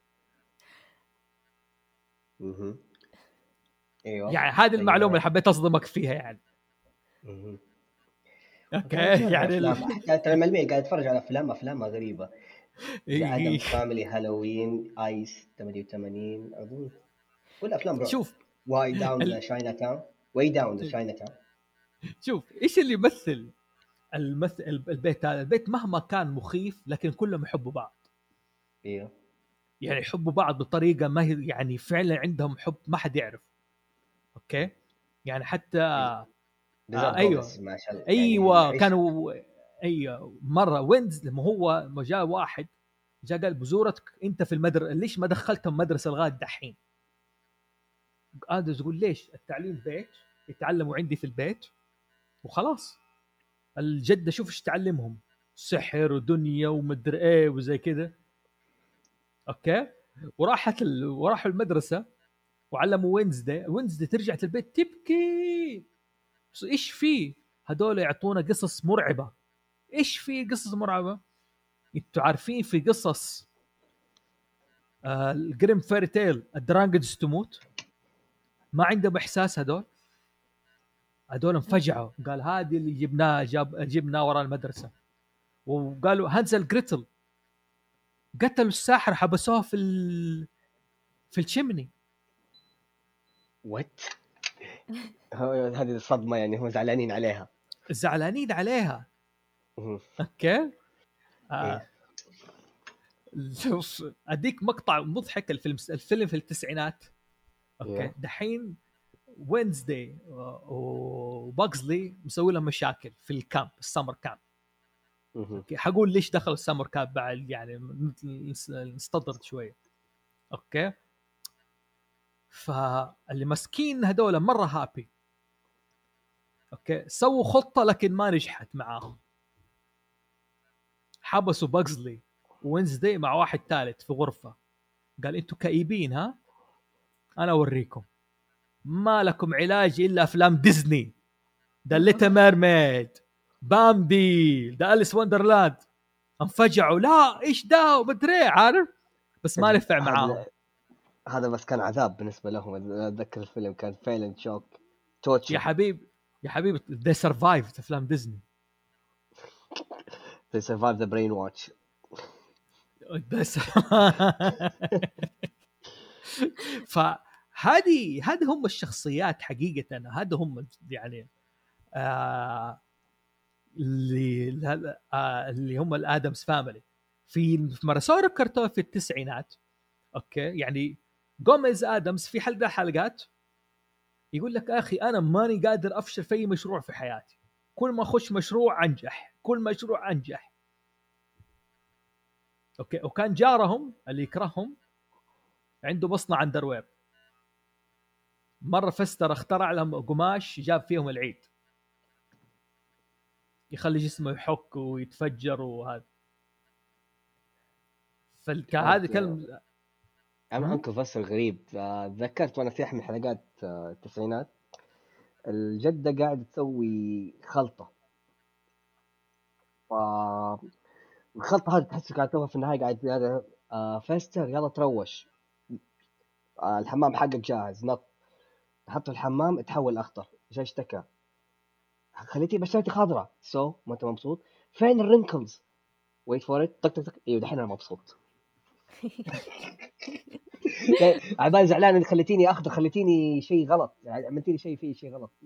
اها ايوه يعني هذه المعلومه اللي حبيت اصدمك فيها يعني. اها اوكي يعني حتى ترى الملمية قاعد اتفرج على افلام افلامها غريبه. ادم فاميلي، هالوين، ايس ثمانية وثمانين اظن كل افلام رعب. شوف واي داون ذا شاينا تاون، واي داون ذا شاينا تاون. شوف ايش اللي يمثل المثل البيت هذا. البيت مهما كان مخيف لكن كلهم يحبوا بعض. ايوه يعني يحبوا بعض بطريقه ما هي يعني فعلا عندهم حب ما حد يعرف. اوكي يعني حتى آه ايوه ايوه يعني كانوا ايوه مره وينز لما هو ما جاء واحد جاء قال بزورتك انت في المدرسه ليش ما دخلتهم مدرسه لغايه دحين؟ قاعد يقول ليش؟ التعليم بيت يتعلموا عندي في البيت وخلاص. الجده شوف ايش تعلمهم، سحر ودنيا ومدري ايه وزي كده. اوكي وراحت ال... وراحوا المدرسه وعلموا وينزداي. وينزداي ترجع البيت تبكي. ايش فيه؟ هذول يعطونا قصص مرعبه. ايش في قصص مرعبه؟ انتوا عارفين في قصص آه الجريم فيري تيل الدراجونز تموت ما عندهم احساس. هذول هذول انفجعوا. قال هذه اللي جبناه جاب جبناه وراء المدرسه. وقالوا هانزل جريتل قتلوا الساحر حبسوها في ال... في الشمني. وات هذه الصدمه يعني هم زعلانين عليها زعلانين عليها. مهم. اوكي آه. إيه. شوف اديك مقطع مضحك. الفيلم الفيلم في التسعينات اوكي Yeah. دحين وينزداي وباكسلي مسوي لهم مشاكل في الكامب السمر كامب. مهم. اوكي حقول ليش دخلوا السمر كامب بعد يعني نس- نستطرد شويه. اوكي فاللي مسكين هذول مره هابي. اوكي سووا خطه لكن ما نجحت معاهم. حبسوا باكسلي وينزداي مع واحد ثالث في غرفه. قال انتوا كئيبين ها انا اوريكم ما لكم علاج الا افلام ديزني. ذا ليتل ميرميد بامبي ذا أليس وندرلاند. انفجعوا لا ايش ده ومدري عارف بس ما نفع معاهم. هذا هذا بس كان عذاب بالنسبة لهم. أتذكر الفيلم كان فعلا شوك توتشر. يا حبيب يا حبيب they survived افلام ديزني. they survived the brainwash. بس فهذه هذه هم الشخصيات حقيقة. هذا هم يعني آه اللي آه اللي هم الادمز فاميلي في مرسول كرتون في التسعينات. اوكي يعني غوميز ادمز في حلقة حلقات يقول لك اخي انا ماني قادر افشل في اي مشروع في حياتي. كل ما اخش مشروع انجح كل مشروع انجح. اوكي وكان جارهم اللي يكرههم عنده مصنع اندروير. مره فستر اخترع لهم قماش جاب فيهم العيد يخلي جسمه يحك ويتفجر وهذا. فهذه كلمه أنا أنكل فصل غريب. تذكرت وأنا في أحد من حلقات التسعينات الجدة قاعدة تسوي خلطة. فالخلطة هذه تحس كانت في النهاية قاعد فاستر يلا تروش الحمام حقك جاهز نط. حطوا الحمام تحول أخضر. إيش اشتكى؟ خليتي بشرتي خضراء سو so, ما أنت مبسوط؟ فين الرينكلز؟ ويت فور إت طق طق طق. إيوه دحين أنا مبسوط. عبالي زعلان إن خليتيني أخضر خليتيني شيء غلط عملتيني شيء فيه شيء غلط.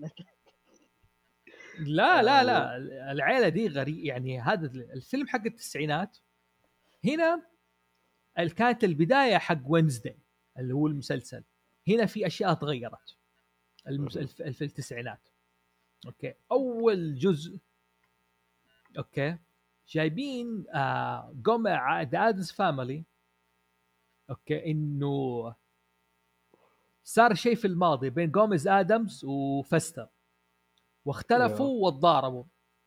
لا لا لا العيلة دي غريب يعني. هذا الفيلم حق التسعينات هنا كانت البداية حق وينزداي اللي هو المسلسل. هنا في أشياء تغيرت في التسعينات. أوكي أول جزء أوكي جايبين آه قوم The Addams Family. أوكي إنه صار شيء في الماضي بين غوميز آدمز وفستر واختلفوا وتضاربوا.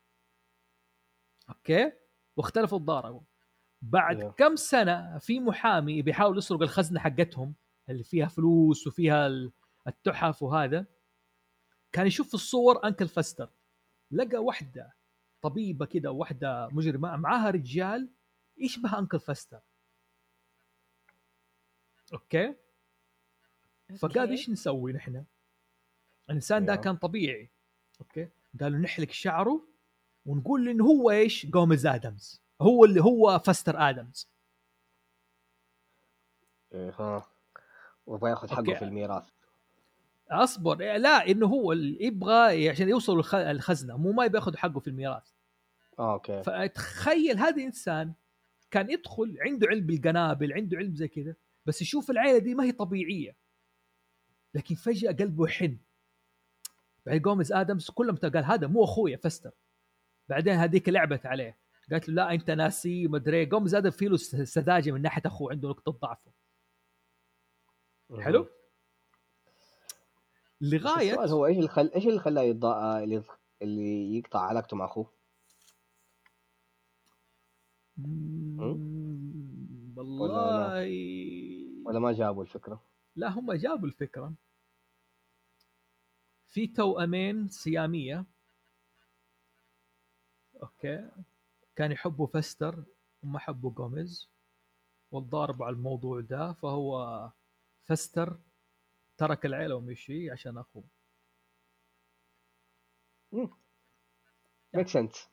أوكي واختلفوا وتضاربوا بعد yeah. كم سنة في محامي بيحاول يسرق الخزنة حقتهم اللي فيها فلوس وفيها التحف وهذا. كان يشوف في الصور أنكل فستر لقى واحدة طبيبة كده واحدة مجرمة معاها رجال يشبه أنكل فستر. أوكي فقال إيش نسوي نحن؟ الإنسان ده كان طبيعي. أوكي قالوا نحلق شعره ونقول إنه هو إيش غوميز آدمز هو اللي هو فستر آدمز. إيه ها وبياخذ حقه أوكي. في الميراث. أصبر لا إنه هو اللي يبغى عشان يوصل الخزنة مو ما بياخذ حقه في الميراث. آه أوكي. فتخيل هذا الإنسان كان يدخل عنده علم بالقنابل عنده علم زي كده بس يشوف العائلة دي ما هي طبيعية لكن فجأة قلبه يحن. بعد غوميز آدمز كلهم قال هذا مو أخويا فستر. بعدين هذيك لعبت عليه قالت له لا أنت ناسي مدري. غوميز آدمز فيه له سذاجة من ناحية أخوه عنده نقطة ضعفه. حلو لغاية السؤال هو إيش اللي خل إيش اللي خلاه يضاء اللي اللي يقطع علاقته مع أخوه؟ والله ولا, ولا ما جابوا الفكرة؟ لا هم جابوا الفكرة. في توأمين صيامية أوكي كان يحبوا فستر وما حبوا غوميز والضاربوا على الموضوع ده. فهو فستر ترك العيلة ومشي عشان أخوه. make sense.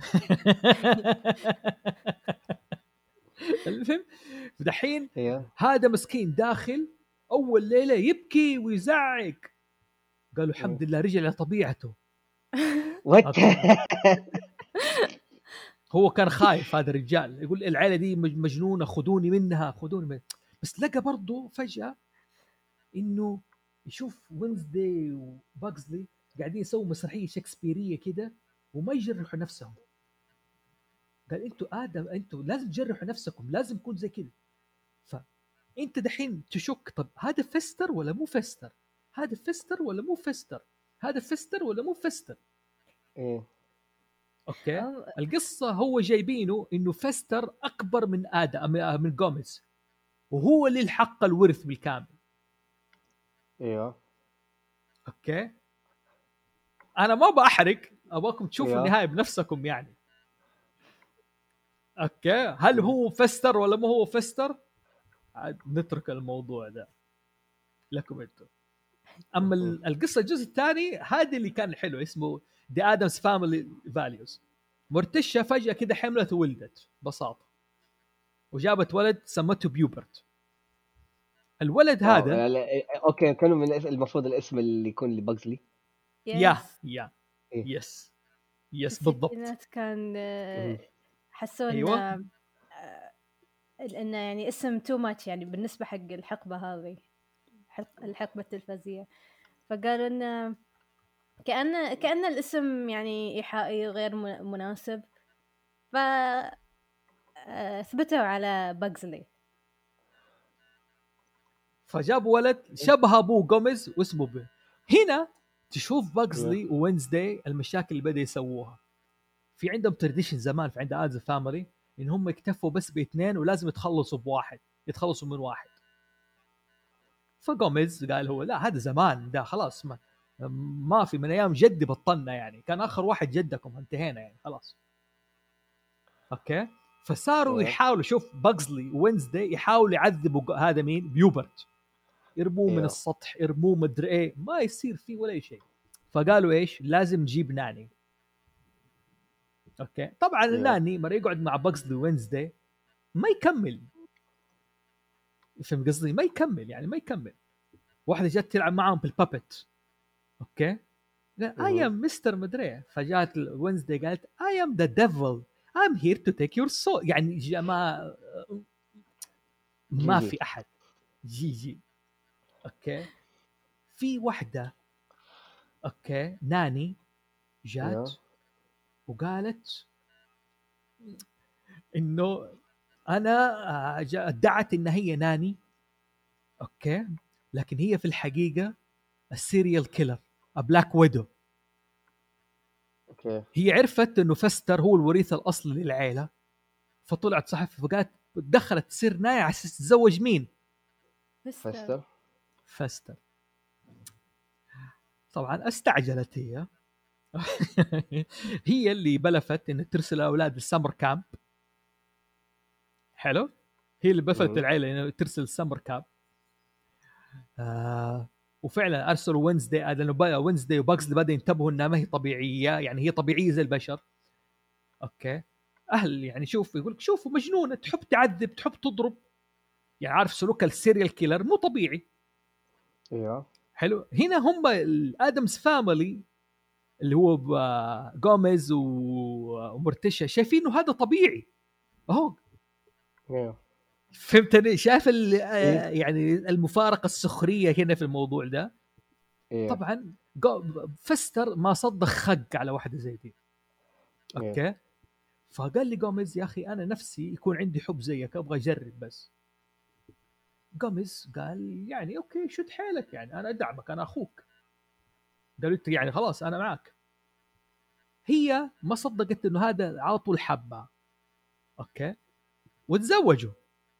المهم دحين هذا مسكين داخل أول ليلة يبكي ويزعق. قالوا الحمد لله رجع لطبيعته. هو كان خايف هذا الرجال، يقول العيله دي مجنونه خذوني منها خذوني من... بس لقى برضه فجاه انه يشوف وينزداي وباكسلي قاعدين يسووا مسرحيه شكسبيريه كده وما يجرحوا نفسهم. قال انتوا ادم انتوا لازم تجرحوا نفسكم، لازم يكون زي كده. فانت دحين تشك، طب هذا فيستر ولا مو فيستر؟ هذا فيستر ولا مو فيستر؟ هذا فيستر ولا مو فيستر؟ ايه اوكي. أو- القصه هو جايبينه انه فيستر اكبر من ادم من جوميز، وهو اللي الحق الورث بالكامل. ايوه اوكي. انا ما بحرق، ابغاكم تشوفوا ايوه النهايه بنفسكم يعني. اوكي. هل هو فستر ولا ما هو فستر؟ عاد نترك الموضوع ده لكم انتم. اما ال- القصه الجزء الثاني هذا اللي كان حلو، اسمه The Addams Family Values. مرتشة فجأة كده حملت وولدت ببساطة، وجابت ولد سمته بيوبرت. الولد واو. هذا لا- لا، اوكي كانوا من الاسم- المفروض الاسم اللي يكون لباكسلي. يا يس. يا إيه. يس يس في بالضبط. الستينات كان آه، مم. حسوا إن أيوة. آه، إنه يعني اسم تو ماتش يعني بالنسبة حق الحقبة هذه، حق- الحقبة التلفزية. فقالوا إنه كأن كأن الاسم يعني إيحائي غير م- مناسب، ف آه، ثبتوا على باكسلي. فجابوا ولد شبه ابوه جوميز واسمه بي. هنا تشوف باكسلي ووينزداي المشاكل اللي بدا يسووها. في عندهم ترديشن زمان في عند ادز فاميلي ان هم يكتفوا بس باثنين ولازم يتخلصوا بواحد، يتخلصوا من واحد. فجوميز قال هو لا هذا زمان ده خلاص، ما ما في، من ايام جدي بطلنا يعني، كان اخر واحد جدكم انتهينا يعني خلاص. اوكي. فصاروا أيوة. يحاولوا، شوف باكسلي وينزداي يحاولوا يعذبوا هذا مين بيوبرت، يرموه من أيوة. السطح، يرموه مدري ايه، ما يصير فيه ولا شيء. فقالوا ايش لازم نجيب ناني. اوكي. طبعا أيوة. الناني مره يقعد مع باكسلي وينزداي ما يكمل، فهم قصدي؟ ما يكمل يعني ما يكمل. واحده جت تلعب معاهم بالبابت. اوكي. قال اي ام مستر مدري، فجات وينزداي قالت اي ام ذا ديفل I'm here to take your soul. يعني جا ما ما جي جي. في احد. جي جي. اوكي. في واحده اوكي ناني جات أيوة. وقالت انه انا آه، جا- ادعت ان هي ناني. اوكي. لكن هي في الحقيقه السيريال كيلر بلاك ويدو. اوكي هي عرفت انه فستر هو الوريث الاصلي للعيله، فطلعت صحفي فقالت دخلت تصير ناية على اساس تتزوج مين؟ فستر. فستر. طبعا استعجلت هي. هي اللي بلفت ان ترسل الاولاد للسمر كامب. حلو. هي اللي بلفت مم. العيله انه ترسل السمر كامب. آه وفعلا ارسلوا وينزداي، لانه بقى وينزداي وباكسلي بدا ينتبهوا انها ما هي طبيعيه، يعني هي طبيعيه زي البشر. اوكي. اهل يعني شوف يقول شوفوا مجنونه، تحب تعذب، تحب تضرب، يعني عارف سلوك السيريال كيلر مو طبيعي. ايوه حلو. هنا هم الادمز فاميلي اللي هو جوميز ومرتشا شايفين انه هذا طبيعي اهو. ايوه فهمتني؟ شايف إيه؟ يعني المفارقه السخريه هنا في الموضوع ده. ايوه طبعا فستر ما صدق خق على واحده زي دي. اوكي. إيه. فقال لي جوميز يا اخي انا نفسي يكون عندي حب زيك، ابغى اجرب بس. جوميز قال يعني اوكي شد حيلك، يعني انا ادعمك، انا اخوك. قال انت يعني خلاص انا معك. هي ما صدقت انه هذا على طول حبها. اوكي. وتزوجوا.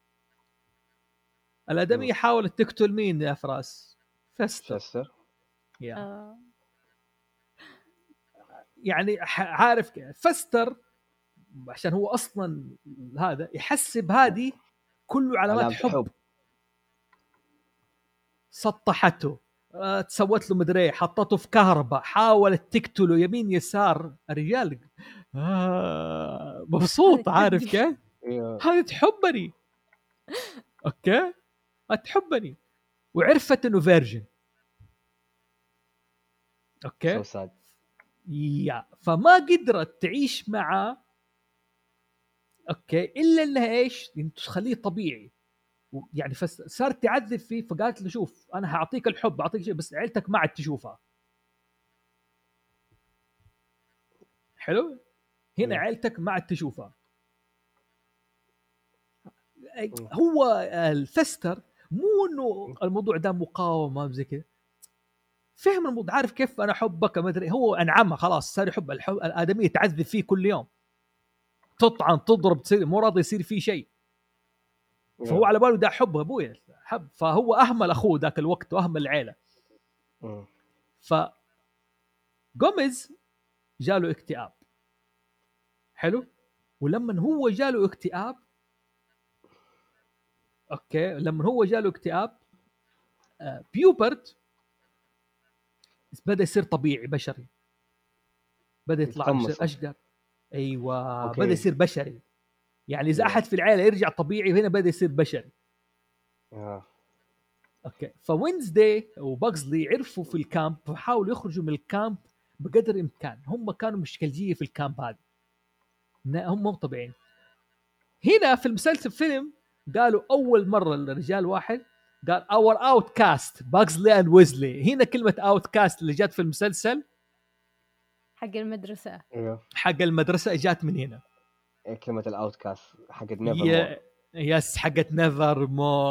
الادميه حاولت تقتل مين يا فراس؟ فستر. فستر يا. آه. يعني عارف كيف فستر عشان هو اصلا هذا يحسب هذه كله علامات علامة حب, حب. سطحته، آه، تسوت له مدري، حطته في كهرباء، حاولت تقتله يمين يسار. الرجال آه مبسوط، عارف كيف؟ ايوه هذه تحبني. اوكي. تحبني. وعرفت انه فيرجن. اوكي. سو ساد. يا فما قدرت تعيش معه اوكي الا انها ايش انت تخليه طبيعي يعني فصارت تعذب فيه فقالت له شوف انا هعطيك الحب اعطيك شيء بس عيلتك ما عاد تشوفها حلو هنا عيلتك ما عاد تشوفها هو الفستر مو انه الموضوع ده مقاومه زي كذا فهم الموضوع عارف كيف انا احبك ما ادري هو انعمها خلاص صار يحب الحب الادميه تعذب فيه كل يوم تطعن تضرب تصير مو راضي يصير فيه شيء فهو على باله ده حب ابويا حب فهو اهمل اخوه ذاك الوقت واهمل العيله ف جوميز جاله اكتئاب حلو ولما هو جاله اكتئاب اوكي لما هو جاله اكتئاب آه بيوبرت بدا يصير طبيعي بشري بدا يطلع اشقر ايوه أوكي. بدا يصير بشري يعني اذا احد في العائله يرجع طبيعي وهنا بدا يصير بشري آه. اوكي فوينزداي وباكسلي عرفوا في الكامب فحاولوا يخرجوا من الكامب بقدر الامكان هم كانوا مشكلجيه في الكامب هذا هم مو طبيعيين هنا في المسلسل فيلم قالوا اول مره الرجال واحد قال اور اوت كاست باكسلي اند ويزلي هنا كلمه اوت كاست اللي جات في المسلسل حق المدرسه حق المدرسه جات من هنا كلمه الاوت كاست حقت نيفر مور يس حقت نيفر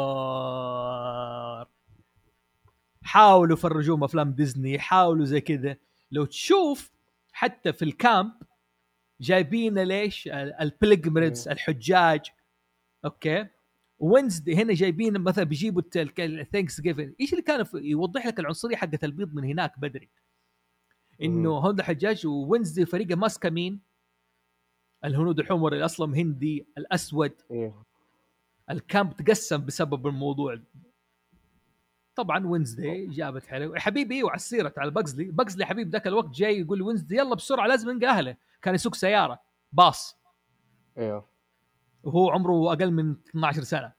مور حاولوا يفرجوهم افلام ديزني حاولوا زي كذا لو تشوف حتى في الكامب جايبين ليش البليجمرز الحجاج اوكي وينزدي هنا جايبين مثلا بيجيبوا الثانكس جيفن ايش اللي كان يوضح لك العنصريه حقت البيض من هناك بدري انه هذا حجاج ووينزدي فريقه ماسكه مين الهنود الحمر اللي اصلا هندي الاسود الكامب تقسم بسبب الموضوع طبعا وينزداي جابت حلو حبيبي وعلى السيره على باكسلي باكسلي حبيب ذاك الوقت جاي يقول وينزداي يلا بسرعه لازم نلقى اهله كان يسوق سياره باص ايوه وهو عمره اقل من اثنا عشر سنه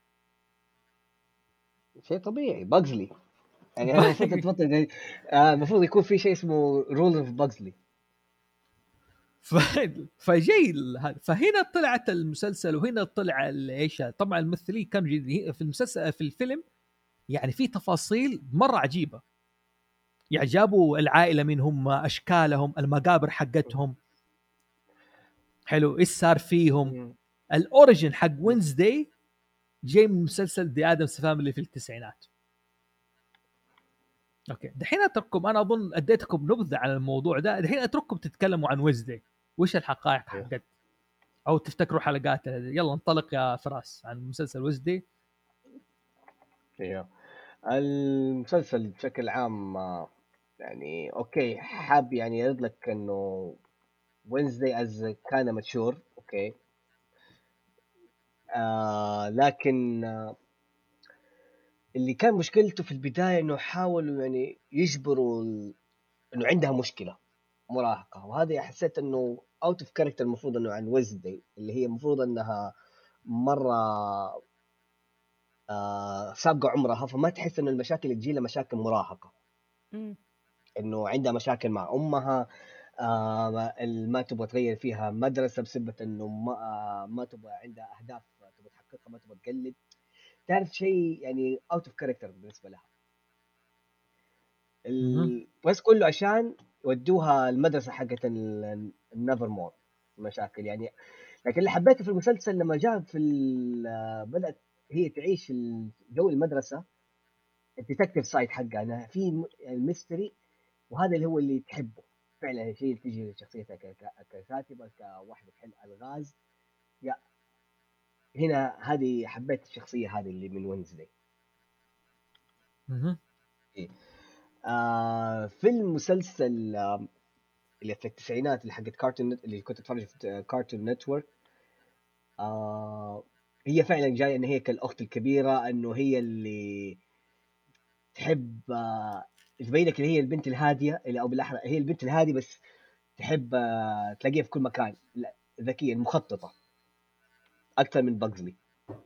شيء طبيعي باكسلي يعني المفروض تتفضل المفروض آه يكون في شيء اسمه رول اوف باكسلي ف... فجاي هذا فهنا طلعت المسلسل وهنا طلع ايش طبعا الممثلين كانوا في المسلسل في الفيلم يعني في تفاصيل مره عجيبه يعني جابوا العائله من هم اشكالهم المقابر حقتهم حلو ايش صار فيهم الاوريجن حق وينزداي جاي من مسلسل دي ادمز فاميلي في التسعينات اوكي دحين اترككم انا اظن اديتكم نبذه عن الموضوع ده دحين اترككم تتكلموا عن وينزداي وش الحقائق حقت او تفتكروا حلقات يلا انطلق يا فراس عن مسلسل وينزداي ايوه المسلسل بشكل عام يعني اوكي حاب يعني يرد لك انه وينزداي از كان ماتشور اوكي آه لكن آه اللي كان مشكلته في البدايه انه حاولوا يعني يجبروا ال... انه عندها مشكله مراهقه وهذا حسيت انه اوت اوف كاركتر المفروض انه عن وينزداي اللي هي المفروض انها مره آه سابقه عمرها فما تحس انه المشاكل اللي تجي لها مشاكل مراهقه م. انه عندها مشاكل مع امها آه ما تبغى تغير فيها مدرسه بسبب انه ما آه ما تبغى عندها اهداف تبغى تحققها ما تبغى تقلد تعرف شيء يعني اوت اوف كاركتر بالنسبه لها ال... بس كله عشان يودوها المدرسه حقت النيفر مور مشاكل يعني لكن اللي حبيته في المسلسل لما جاء في بدات هي تعيش جو المدرسه الديتكتيف سايد حقها في الميستري وهذا اللي هو اللي تحبه فعلا شيء تجي شخصيتها ككاتبه كواحده تحل الغاز يا هنا هذه حبيت الشخصيه هذه اللي من وينزداي اها إيه. آه في المسلسل آه اللي في التسعينات اللي حقت كارتون اللي كنت اتفرج في كارتون نتورك آه هي فعلا جايه ان هي كالاخت الكبيره انه هي اللي تحب آه تبين لك اللي هي البنت الهاديه اللي او بالاحرى هي البنت الهاديه بس تحب آه تلاقيها في كل مكان ذكيه مخططه اكثر من باكسلي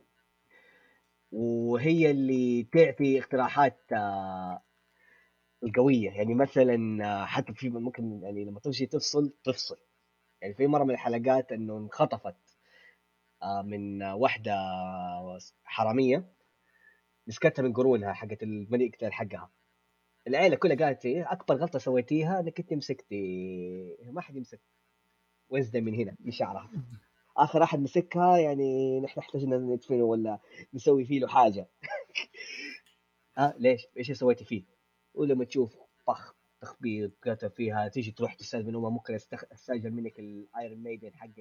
وهي اللي تعطي اقتراحات آه القويه يعني مثلا آه حتى في ممكن يعني لما تمشي تفصل تفصل يعني في مره من الحلقات انه انخطفت آه، من واحده حراميه مسكتها من قرونها حقت الملك حقها. العيله كلها قالت إيه اكبر غلطه سويتيها انك انت مسكتي، ما حد يمسك وينزداي من هنا من شعرها. اخر احد مسكها يعني نحن احتاجنا ندفنه ولا نسوي فيه له حاجه. ها ليش ايش سويتي فيه؟ ولما تشوف طخ تخبيط كتب فيها تيجي تروح تسال من امها ممكن أستخ- استاجر منك الايرون ميدن حقك.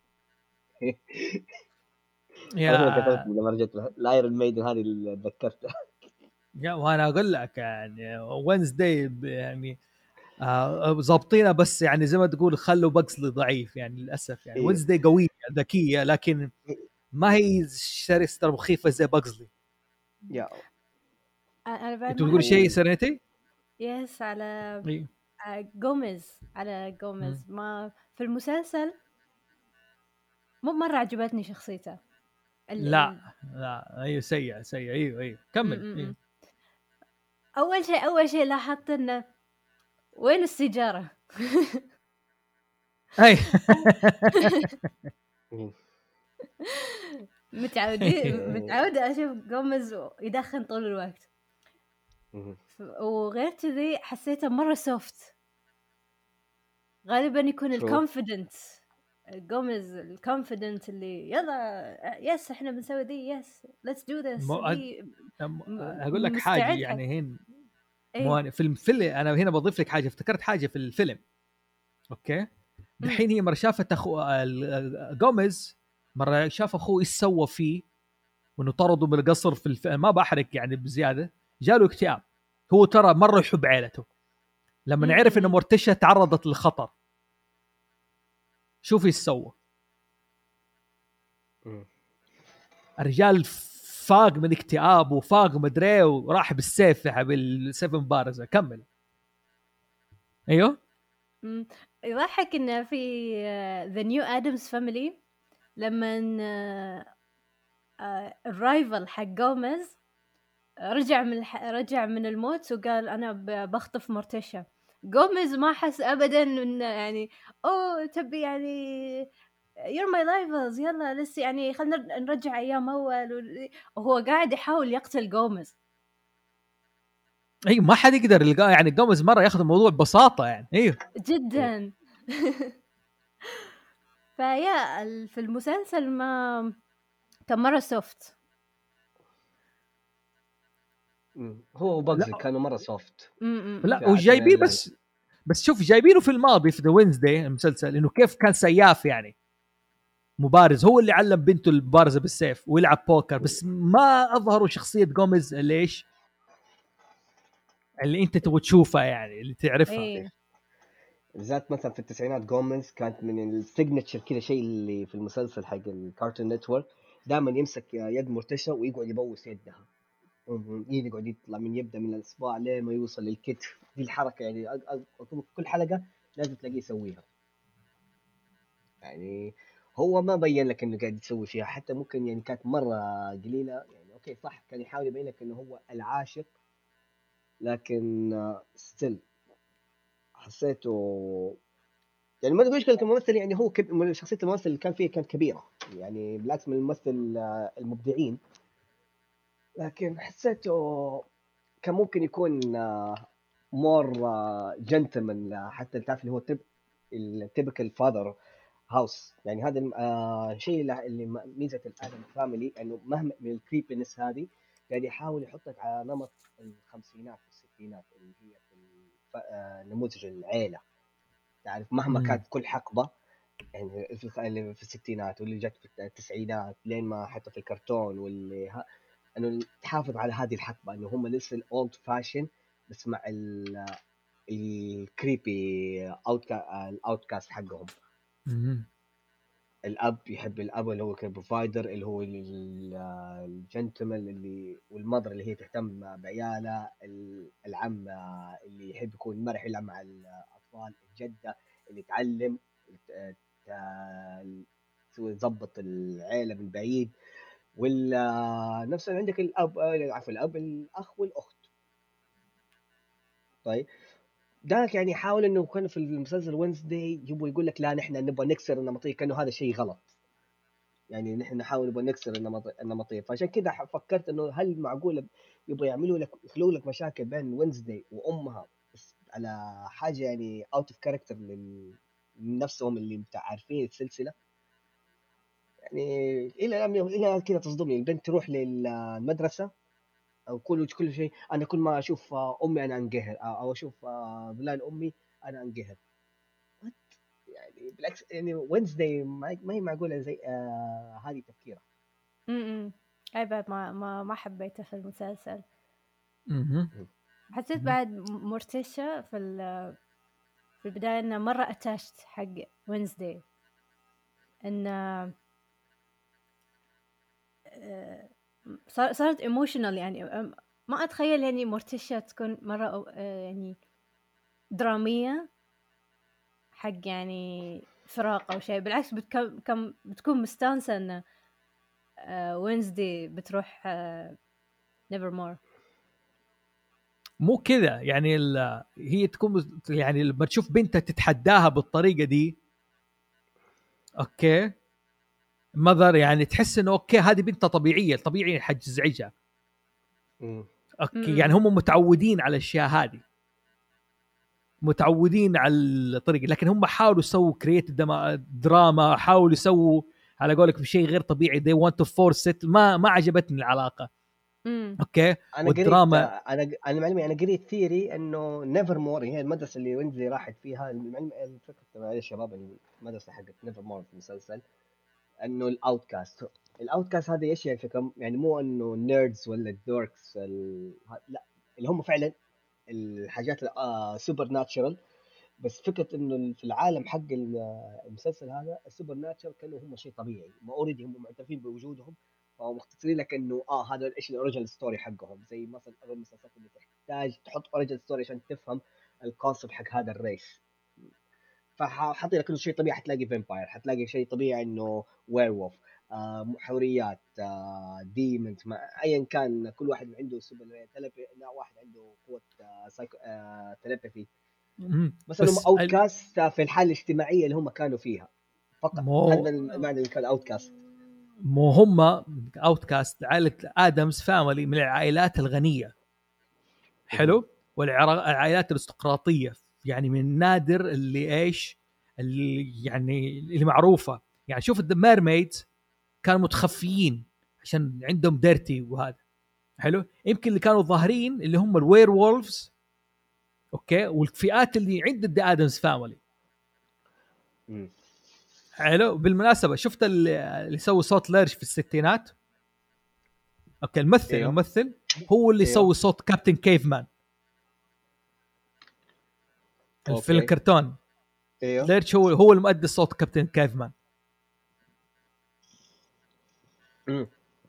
انا هنا يا قتلتني لما رجعت الايرون ميدن هذه اللي تذكرتها. يا وانا اقول لك يعني وينزداي يعني آه، ظابطينها، بس يعني زي ما تقول خلوا بكسلي ضعيف يعني للاسف. يعني إيه. وينزداي قويه ذكيه، لكن ما هي شرسة مخيفه زي بكسلي. يا انا بعد انت ما بتقول حبيت شيء سرنتي؟ يس على اي. آه، جوميز على مم. جوميز ما في المسلسل مو مرة عجبتني شخصيته ال لا ال لا ايوه سيء سيء. ايوه ايوه م كمل. -م ايوه -م. اول شيء اول شيء لاحظت انه وين السيجارة. اي. متعودين متعودة اشوف جوميز يدخن طول الوقت، ف- وغير كذي حسيته مرة سوفت. غالبا يكون شوف الكونفيدنت جوميز، الكونفيدنت اللي يلا يس احنا بنسوي دي، يس ليتس دو ذس مو أد... دي، أم- م- اقول لك حاجه مستعد حق يعني هنا. مو ايه. أنا في الفيلم، انا هنا بضيف لك حاجه، افتكرت حاجه في الفيلم. اوكي. امم دحين هي مره شافت اخو ال- جوميز، مره شاف اخوه ايش سوى فيه وانه طرده من القصر في الف... ما بحرق يعني بزياده. جاله اكتئاب. هو ترى مره يحب عائلته. لما عرف ان امم مورتيشا تعرضت للخطر، شوف ايش سوى الرجال. فاق من اكتئاب وفاق مدري وراح بالسيف بالسيف مبارزه. كمل. ايوه. امم يضحك انه في ذا نيو ادمز فاميلي لما الرايفل حق جوميز رجع من الح... رجع من الموت وقال انا ب- بخطف مورتيشا. جوميز ما حس ابدا ان يعني اوه تبي يعني you're my rivals يلا لسه يعني خلينا نرجع ايام اول، وهو قاعد يحاول يقتل جوميز. اي ما حد يقدر يلقاه يعني. جوميز مره ياخذ الموضوع ببساطه يعني. ايوه. جدا. فيا ال- في المسلسل ما كان مره سوفت. هو وباجزي لا كانوا مره سوفت امم لا عشان وجايبين ال... بس. بس شوف جايبينه في الماضي في ذا وينزداي المسلسل انه كيف كان سياف يعني مبارز. هو اللي علم بنته المبارزه بالسيف ويلعب بوكر، بس ما اظهروا شخصيه جوميز. ليش؟ اللي انت تبغى تشوفها يعني اللي تعرفها. ايه بالذات مثلا في التسعينات جوميز كانت من السيجنتشر كذا شيء اللي في المسلسل حق الكارتون نتورك. دائما يمسك يد مرتشة ويقعد يبوس يدها، يقعد يطلع من يبدا من الاصبع لين ما يوصل للكتف. دي الحركه يعني أ- أ- كل حلقه لازم تلاقيه يسويها. يعني هو ما بين لك انه قاعد يسوي فيها، حتى ممكن يعني كانت مره قليله يعني. اوكي صح كان يحاول يبين لك انه هو العاشق، لكن ستيل حسيته يعني ما تقولش كممثل يعني هو كب... شخصيه الممثل اللي كان فيه كانت كبيره يعني، بالعكس من الممثل آه، المبدعين. لكن حسيته كان ممكن يكون مور جنتلمان، حتى تعرف اللي هو تب التيبكال فاذر هاوس. يعني هذا الم- آه، الشيء اللي اللي م- ميزه الادم فاميلي انه مهما من الكريبينس هذه قاعد يحاول يحطك على نمط الخمسينات والستينات اللي هي في الف... آه، نموذج العيله. تعرف مهما مم. كانت كل حقبه يعني في الخ- اللي في الستينات واللي جت في التسعينات لين ما حتى في الكرتون واللي ها انه تحافظ على هذه الحقبه انه هم لسه الاولد فاشن، بس مع ال الكريبي اوت الاوتكاست حقهم. مم. الاب يحب الاب اللي هو كبروفايدر اللي هو الجنتلمان اللي، والمضر اللي هي تهتم بعيالها، العم اللي يحب يكون مرح يلعب مع الاطفال، الجده اللي تعلم تسوي تظبط العيله من بعيد، ولا نفس عندك الاب عفوا الاب الاخ والاخت. طيب ذاك يعني حاول انه كان في المسلسل وينزداي يبغى يقول لك لا نحن نبغى نكسر النمطيه كانه هذا شيء غلط. يعني نحن نحاول نبغى نكسر النمط النمطيه. فعشان كذا فكرت انه هل معقوله يبغى يعملوا لك يخلقوا لك مشاكل بين وينزداي وامها بس على حاجه يعني اوت اوف كاركتر لنفسهم اللي عارفين السلسله. يعني الى الى كذا تصدمني البنت تروح للمدرسه او كل كل شيء. انا كل ما اشوف امي انا انقهر او اشوف فلان امي انا انقهر. يعني بالعكس يعني وينزداي ما هي معقوله زي آه هذه تفكيره. امم اي بعد ما ما ما حبيته في المسلسل. اها حسيت بعد مورتيشا في في البدايه انه مره اتاشت حق وينزداي، انه صارت ايموشنال. يعني ما اتخيل يعني مورتيشا تكون مره يعني دراميه حق يعني فراق او شيء. بالعكس بتكون كم بتكون مستانسه ان وينزداي بتروح نيفر مور. مو كذا يعني هي تكون يعني لما تشوف بنتها تتحداها بالطريقه دي اوكي مذر يعني تحس انه اوكي هذه بنتها طبيعيه طبيعي حتزعجها. اوكي يعني هم متعودين على الاشياء هذه متعودين على الطريقه، لكن هم حاولوا يسووا كرييت دراما حاولوا يسووا على قولك بشيء غير طبيعي. they want to force it. ما ما عجبتني العلاقه. مم. اوكي انا قريت انا انا معلمي انا قريت ثيري انه نيفر مور هي المدرسه اللي وينزلي راحت فيها. المعلم الفكره تبع الشباب المدرسه حقت نيفر مور في المسلسل انه الاوتكاست الاوتكاست هذه ايش يعني فكره يعني مو انه نيردز ولا الدوركس ال... لا اللي هم فعلا الحاجات السوبر ناتشرال. بس فكره انه في العالم حق المسلسل هذا السوبر ناتشرال كانوا هم شيء طبيعي ما اوريدي هم معترفين بوجودهم فهم مختصرين لك انه اه هذا ايش الاوريجينال ستوري حقهم. زي مثلا المسلسلات اللي تحتاج تحط اوريجينال ستوري عشان تفهم الكونسبت حق هذا الريس. فحاطين لك انه شيء طبيعي حتلاقي فامباير حتلاقي شيء طبيعي انه ويرولف آه حوريات آه ديمونز ايا كان كل واحد عنده سوبر تلبي لا واحد عنده قوه آه سايكو آه تلبي. بس انهم اوتكاست في الحاله الاجتماعيه اللي هم كانوا فيها فقط. هذا المعنى اللي كان اوتكاست. مو هم اوتكاست عائله ادمز فاميلي من العائلات الغنيه حلو والعائلات الارستقراطيه يعني من نادر اللي ايش اللي يعني اللي معروفه. يعني شوف الدميرميد كانوا متخفيين عشان عندهم ديرتي وهذا حلو. يمكن اللي كانوا ظاهرين اللي هم الوير وولفز اوكي والفئات اللي عند الدي ادمز فاميلي حلو. بالمناسبه شفت اللي سوى صوت ليرش في الستينات اوكي الممثل أيوه. الممثل هو اللي أيوه. سوى صوت كابتن كيفمان الفيلم الكرتون. ايوه ليرش هو هو المؤدي صوت كابتن كيفمان. امم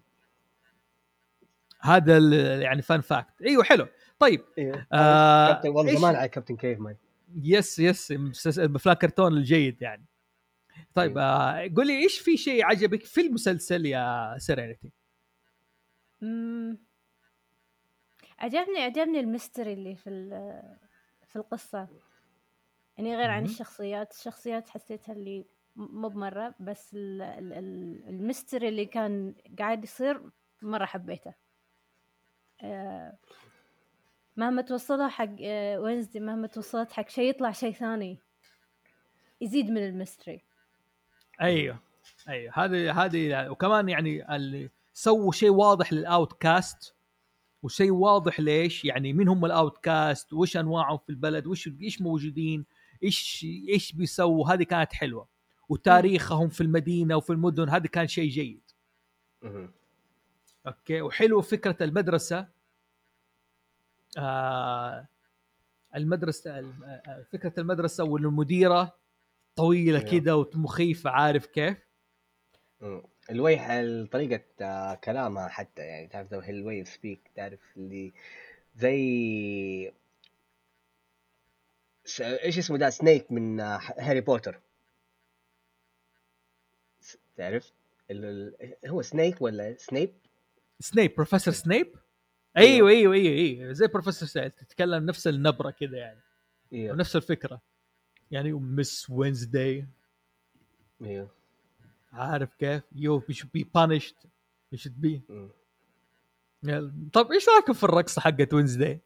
هذا يعني فان فاكت. ايوه حلو. طيب ايوه آه كابتن والله زمان على كابتن كيفمان. يس يس افلام كرتون الجيد يعني. طيب آه قول لي ايش في شيء عجبك في المسلسل يا سيرينيتي؟ امم عجبني عجبني الميستري اللي في في القصه يعني غير عن الشخصيات. الشخصيات حسيتها اللي مو بمره بس الميستري اللي كان قاعد يصير مره حبيته. آه مهما توصلها حق آه وينزدي مهما توصلت حق شيء يطلع شيء ثاني يزيد من الميستري. ايوه ايوه هذه هذه وكمان يعني اللي سووا شيء واضح للاوتكاست وشيء واضح ليش يعني مين هم الاوتكاست وايش انواعهم في البلد وايش ايش موجودين ايش ايش بيسووا. هذه كانت حلوه وتاريخهم في المدينه وفي المدن هذا كان شيء جيد. اوكي وحلو فكره المدرسه آه المدرسه فكره المدرسه والمديره طويله كده ومخيفه عارف كيف الويح طريقه كلامها حتى يعني تعرف ذا الوي سبيك تعرف اللي زي ايش اسمه ده سنيك من هاري بوتر تعرف ال... هو سنيك ولا سنيب سنيب بروفيسور سنيب. ايوه ايوه ايوه ايوه زي بروفيسور سنيب تتكلم نفس النبره كده يعني أيوه. ونفس الفكره يعني مس وينزداي ايوه عارف كيف يو should be punished you should be. مم. يلا. طب ايش رايكم في الرقصه حقت وينزداي؟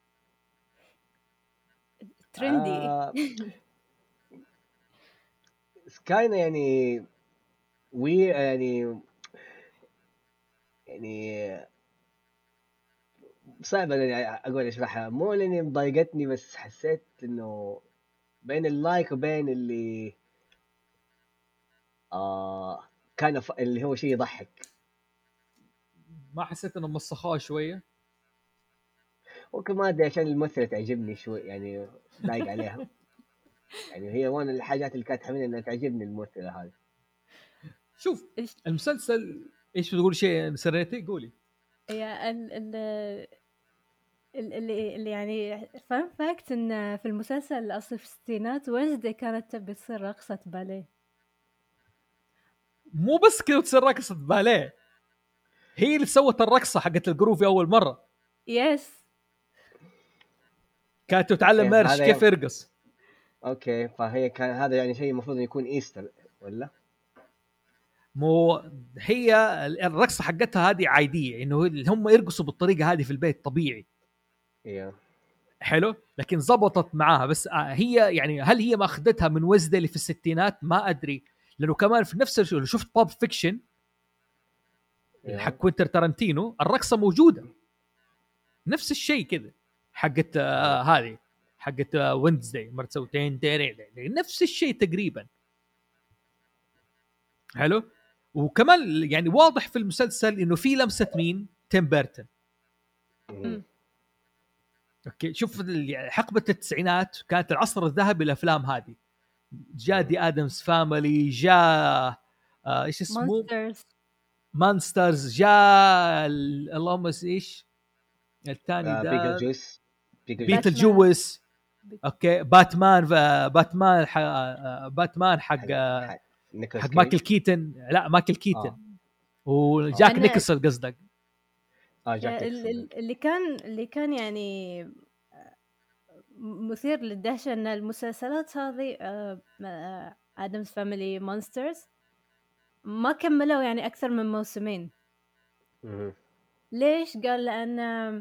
ترندي. آه، كان يعني وي يعني يعني صعب اني اقول اشرحها، مو لاني مضايقتني بس حسيت انه بين اللايك وبين اللي آه كان ف... اللي هو شيء يضحك. ما حسيت انه مسخوها شويه؟ ممكن ما ادري عشان الممثله تعجبني شوي يعني ضايق عليها. يعني هي وانا الحاجات اللي كانت تحملني انها تعجبني الممثله هذه. شوف إيش المسلسل ايش بتقول شيء سريتي قولي. هي ال ال ال- اللي اللي يعني فان فاكت ان في المسلسل الاصلي في الستينات وينزداي كانت تبي تصير رقصة باليه. مو بس كذا تصير رقصة باليه، هي اللي سوت الرقصة حقت الجروفي أول مرة. يس كانت تتعلم أوكي، مارش هذا كيف يعني- يرقص. اوكي، فهي كان هذا يعني شيء المفروض يكون ايستر ولا؟ مو هي الرقصة حقتها هذه عادية، إنه هم يرقصوا بالطريقة هذه في البيت طبيعي. ايوه حلو، لكن زبطت معاها. بس هي يعني هل هي ما أخذتها من وينزداي اللي في الستينات؟ ما أدري، لأنه كمان في نفس الشيء شفت باب فيكشن ايوه حق كوينتر تارانتينو، الرقصة موجودة نفس الشيء كذا حقت آه هذه حقت آه وينزداي مرت سوتين ديرين نفس الشيء تقريبا. حلو، وكمان يعني واضح في المسلسل انه في لمسه مين؟ تيم بيرتون. مم. اوكي شوف حقبه التسعينات كانت العصر الذهبي للافلام هذه. جاء دي ادمز فاميلي، جاء آه ايش اسمه مونسترز مانسترز، جاء ال- اللهم ايش الثاني آه، ده بيتل جويس بيتل بيتل باتمان. جويس. اوكي باتمان باتمان حق باتمان حق حق نيكولاس حق كيج. مايكل كيتن، لا مايكل كيتن آه. وجاك أنا- نيكلسون قصدك. اه جاك ال- نيكلسون. ال- اللي كان اللي كان يعني مثير للدهشة ان المسلسلات هذه ادمز فاميلي مونسترز ما كملوا يعني اكثر من موسمين. مم. ليش؟ قال لان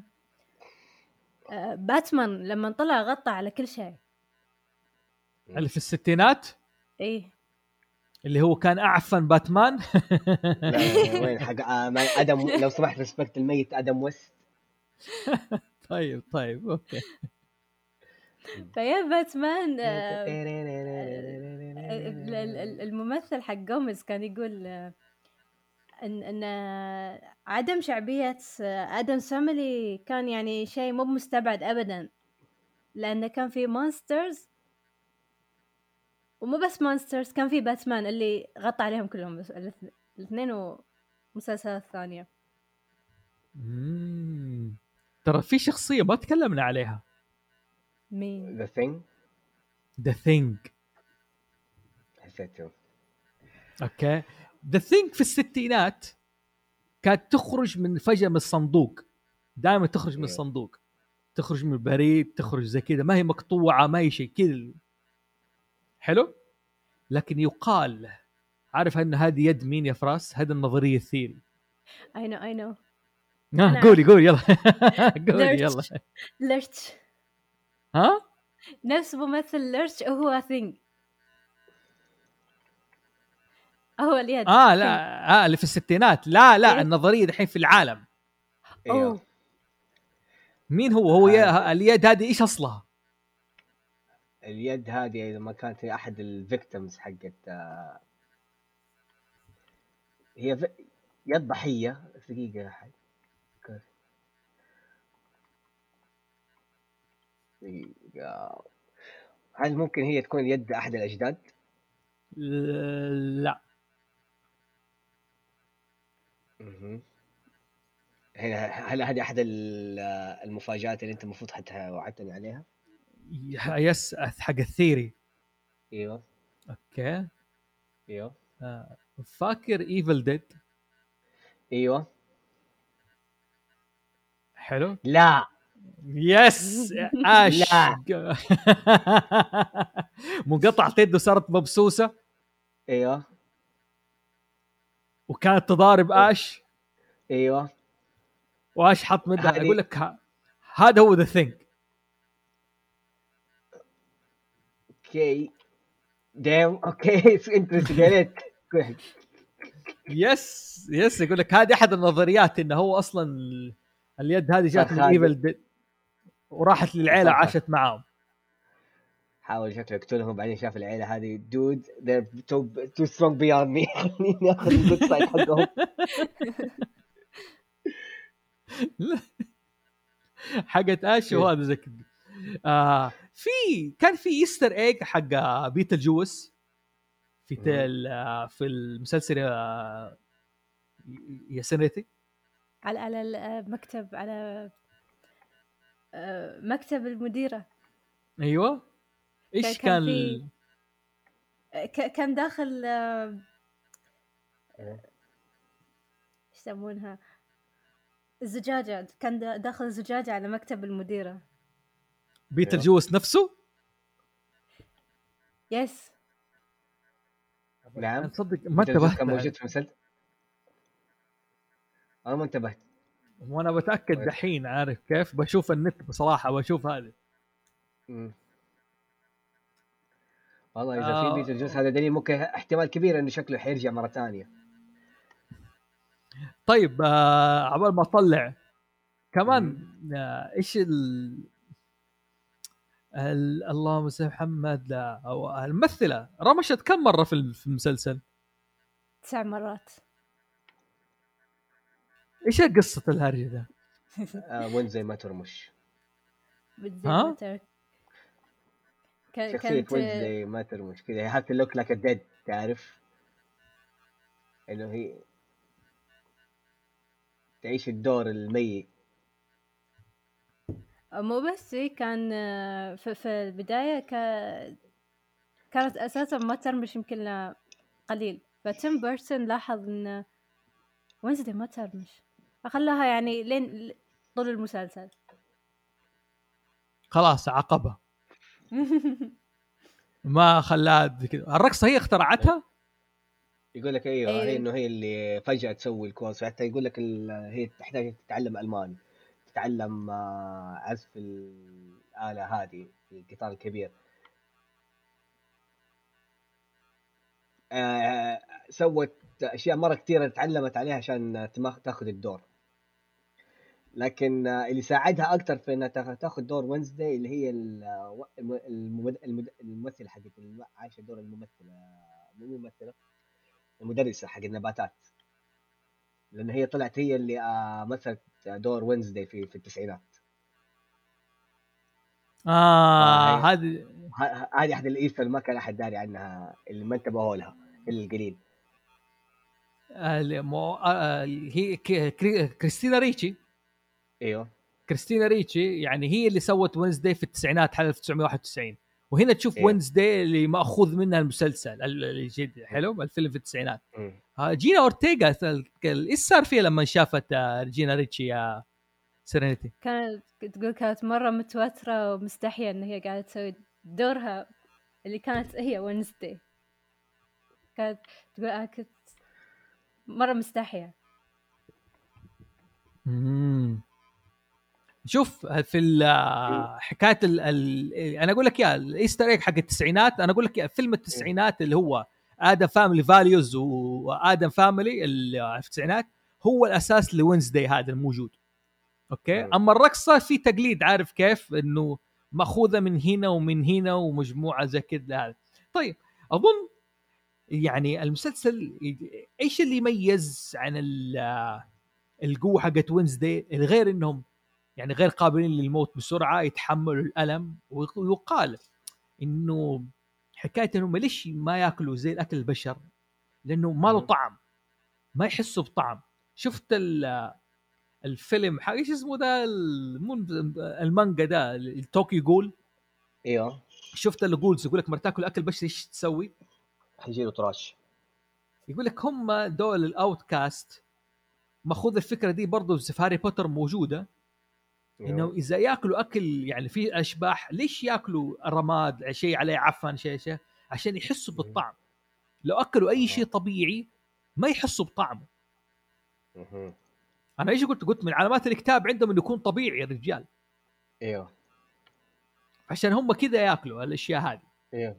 آه، باتمان لما طلع غطى على كل شيء. اللي في الستينات ايه اللي هو كان اعفن باتمان. لا لا، وين حق آه، ما- ادم لو سمحت ريسبكت الميت ادم ويست. طيب طيب اوكي. فيا باتمان آه، ال- ال- ال- الممثل حق جوميز كان يقول آه، ان ان آه، عدم شعبية ادم فاميلي كان يعني شيء مو مستبعد ابدا، لانه كان في مونسترز ومو بس مونسترز، كان في باتمان اللي غطى عليهم كلهم الاث- الاثنين ومسلسلات ثانية. مم. ترى في شخصيه ما تكلمنا عليها، مين؟ ذا ثينج. ذا ثينج. حسيته اوكي ذا ثينج في الستينات كانت تخرج من فجأة من الصندوق، دائما تخرج من إيه. الصندوق، تخرج من البريد، تخرج زي كذا، ما هي مقطوعة ما هي شيء كذا. حلو، لكن يقال عارف ان هذه يد مين يا فراس؟ هذه النظرية الثيري. I know I know آه قولي قولي يلا قولي ليرش. يلا. ليرش ها نفس ممثل ليرش هو ثينج، هو اليد. اه لا اه اللي في الستينات، لا لا إيه؟ النظرية الحين في العالم. ايوه. أوه. مين هو هو آه. يا اليد هذه ايش اصلها؟ اليد هذه لما كانت هي احد الفيكتيمز حقت آه، هي في... يد ضحيه. دقيقه يا حي. دقيقة. هل ممكن هي تكون يد احد الاجداد؟ لا اها. هنا هل هذه احد ال- المفاجآت اللي انت المفروض حتى وعدتني عليها؟ يس حق الثيري. ايوه اوكي ايوه آه. فاكر ايفل ديد؟ ايوه. حلو لا يس اش لا. مقطعة يده صارت مبسوسة. ايوه وكانت تضارب اش. ايوه واش حط مدة هذه- اقول لك ه- هذا هو ذا ثينج. اوكي دام اوكي انت قريت يس يس يقول لك هذه احد النظريات انه هو اصلا ال- اليد هذه جات من خادم. ايفل ديد وراحت للعيله صح. عاشت معاهم. حاول شكله يقتلهم بعدين شاف العيله هذه دود they're too, too strong beyond me خليني اخذ الجود سايد حقهم. حقت اش وهذا زي كذا. آه في كان في ايستر ايج حق بيتل جوس في تل آه في المسلسل آه ياسينيتي على على المكتب على آه، مكتب المديرة. ايوه ايش كان كان في- ك- كان داخل آه، ايش يسمونها الزجاجة، كان دا- داخل الزجاجة على مكتب المديرة. بيتل جوس نفسه. يس نعم تصدق ما بيتل جوز انتبهت كان له. موجود في المسلسل. انا ما انتبهت وانا بتاكد دحين عارف كيف بشوف النت بصراحه بشوف هذه. مم. والله اذا آه. في بيتل جوز هذا دليل ممكن احتمال كبير انه شكله حيرجع مره ثانيه. طيب آه عبال ما اطلع كمان آه ايش ال... ال... اللهم صل محمد لا او الممثله رمشت كم مره في ال- في المسلسل؟ تسع مرات. ايش قصه الهرجه ده؟ آه وين زي ما ترمش بالذات ها؟ متى- كان شخصيه كانت وين زي ما ترمش كذا هات لوك لايك ديد تعرف انه هي تعيش الدور الميت. مو بس هي كان آه، في, في البداية ك... كانت أساسا ما ترمش يمكن قليل، فتيم بيرسون لاحظ إن وينزدي ما ترمش فخلاها يعني لين طول المسلسل. خلاص عقبها ما خلاها كذا. الرقصه هي اخترعتها. يقول لك ايوه أيوة. هي انه هي اللي فجاه تسوي الكورس. حتى يقول لك ال- هي تحتاج تتعلم الماني، تتعلم آه، عزف الاله هذه الجيتار الكبير. آه، سوت اشياء مره كثيره تعلمت عليها عشان تماخ- تاخذ الدور. لكن آه، اللي ساعدها اكثر في انها تاخ- تاخذ دور وينزداي اللي هي ال- الم- المد- المد- الممثله حقت الم- عايشه دور الممثله مو ممثله المدرسه حق النباتات، لان هي طلعت هي اللي آه، مثلت دور وينزداي في في التسعينات. اه فهي- هذه ه- هذه احد الايفل ما كان احد داري عنها، اللي ما انتبهوا لها الا القليل. آه مو... آه هي ك- كري- كريستينا ريتشي. ايوه كريستينا ريتشي يعني هي اللي سوت وينزداي في التسعينات حال ألف وتسعمية وواحد وتسعين. وهنا تشوف إيه. وينزداي اللي ماخوذ منها المسلسل اللي جد حلو الفيلم في التسعينات. مم. ها جينا اورتيغا ايش صار فيها لما شافت آه، جينا ريتشي يا سيرينيتي؟ كانت تقول كانت مرة متوترة ومستحية إن هي قاعدة تسوي دورها اللي كانت هي وينزداي. كانت تقول أنا كنت مرة مستحية. مم. شوف في ال- حكايه ال ال انا اقول لك يا الايستر ايج حق التسعينات. انا اقول لك يا فيلم التسعينات اللي هو ادم فاميلي فاليوز وادم فاميلي اللي في التسعينات هو الاساس لوينزداي هذا الموجود. اوكي مم. اما الرقصه في تقليد عارف كيف انه ماخوذه من هنا ومن هنا ومجموعه زي كذا هذا. طيب اظن يعني المسلسل ايش اللي يميز عن ال- القوه حقت وينزداي الغير انهم يعني غير قابلين للموت بسرعه يتحملوا الالم. ويقال انه حكايه انهم ليش ما ياكلوا زي الاكل البشر لانه ما له مم. طعم ما يحسوا بطعم. شفت ال- الفيلم حق ايش اسمه ده ال- مو المانجا ده التوكيو جول. ايوه شفت الجولز يقول لك مرة تاكل اكل بشري ايش تسوي؟ حيجيله تراش. يقول لك هم دول الاوتكاست ماخذ الفكره دي برضو في هاري بوتر موجوده انه اذا ياكلوا اكل يعني في اشباح ليش ياكلوا رماد شيء عليه عفن شيء شيء عشان يحسوا بالطعم. لو اكلوا اي شيء طبيعي ما يحسوا بطعمه. مهم. انا ايش قلت قلت من علامات الاكتئاب عندهم انه يكون طبيعي الرجال، ايوه عشان هم كذا ياكلوا الاشياء هذه. ايوه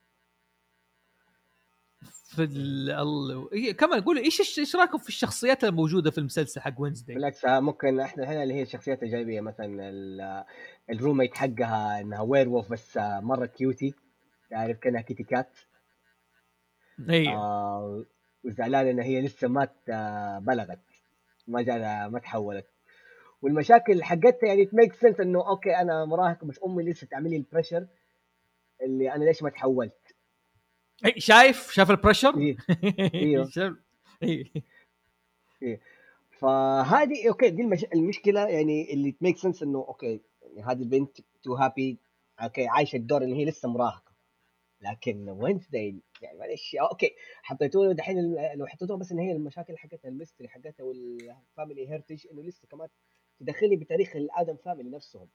في ال... ال... إيه، كمان قولوا ايش ايش رايكم في الشخصيات الموجوده في المسلسل حق وينزداي؟ بالعكس ممكن احنا هنا اللي هي الشخصيات الجانبيه، مثلا ال- الروميت حقها انها وير وولف بس مره كيوتي، تعرف كانها كيتي كات. ايوه آه وزعلان ان هي لسه ما ت- بلغت، ما جاء ما تحولت. والمشاكل حقتها يعني تميك سنس انه اوكي انا مراهق بس امي لسه تعمل لي البريشر اللي انا ليش ما تحولت. إيه، شايف شايف البريشر. إيه. ايوه شايف؟ إيه. إيه. فهذه اوكي دي المش... المشكله يعني اللي تميك سنس انه اوكي يعني هذه البنت تو هابي، اوكي عايشه الدور ان هي لسه مراهقه. لكن وينزداي يعني معلش اوكي حطيتوا له دحين ال- لو حطيتوها بس ان هي المشاكل حقتها الميستري حقتها والفاميلي هيرتج، انه لسه كمان تدخلي بتاريخ الادم فاميلي نفسهم.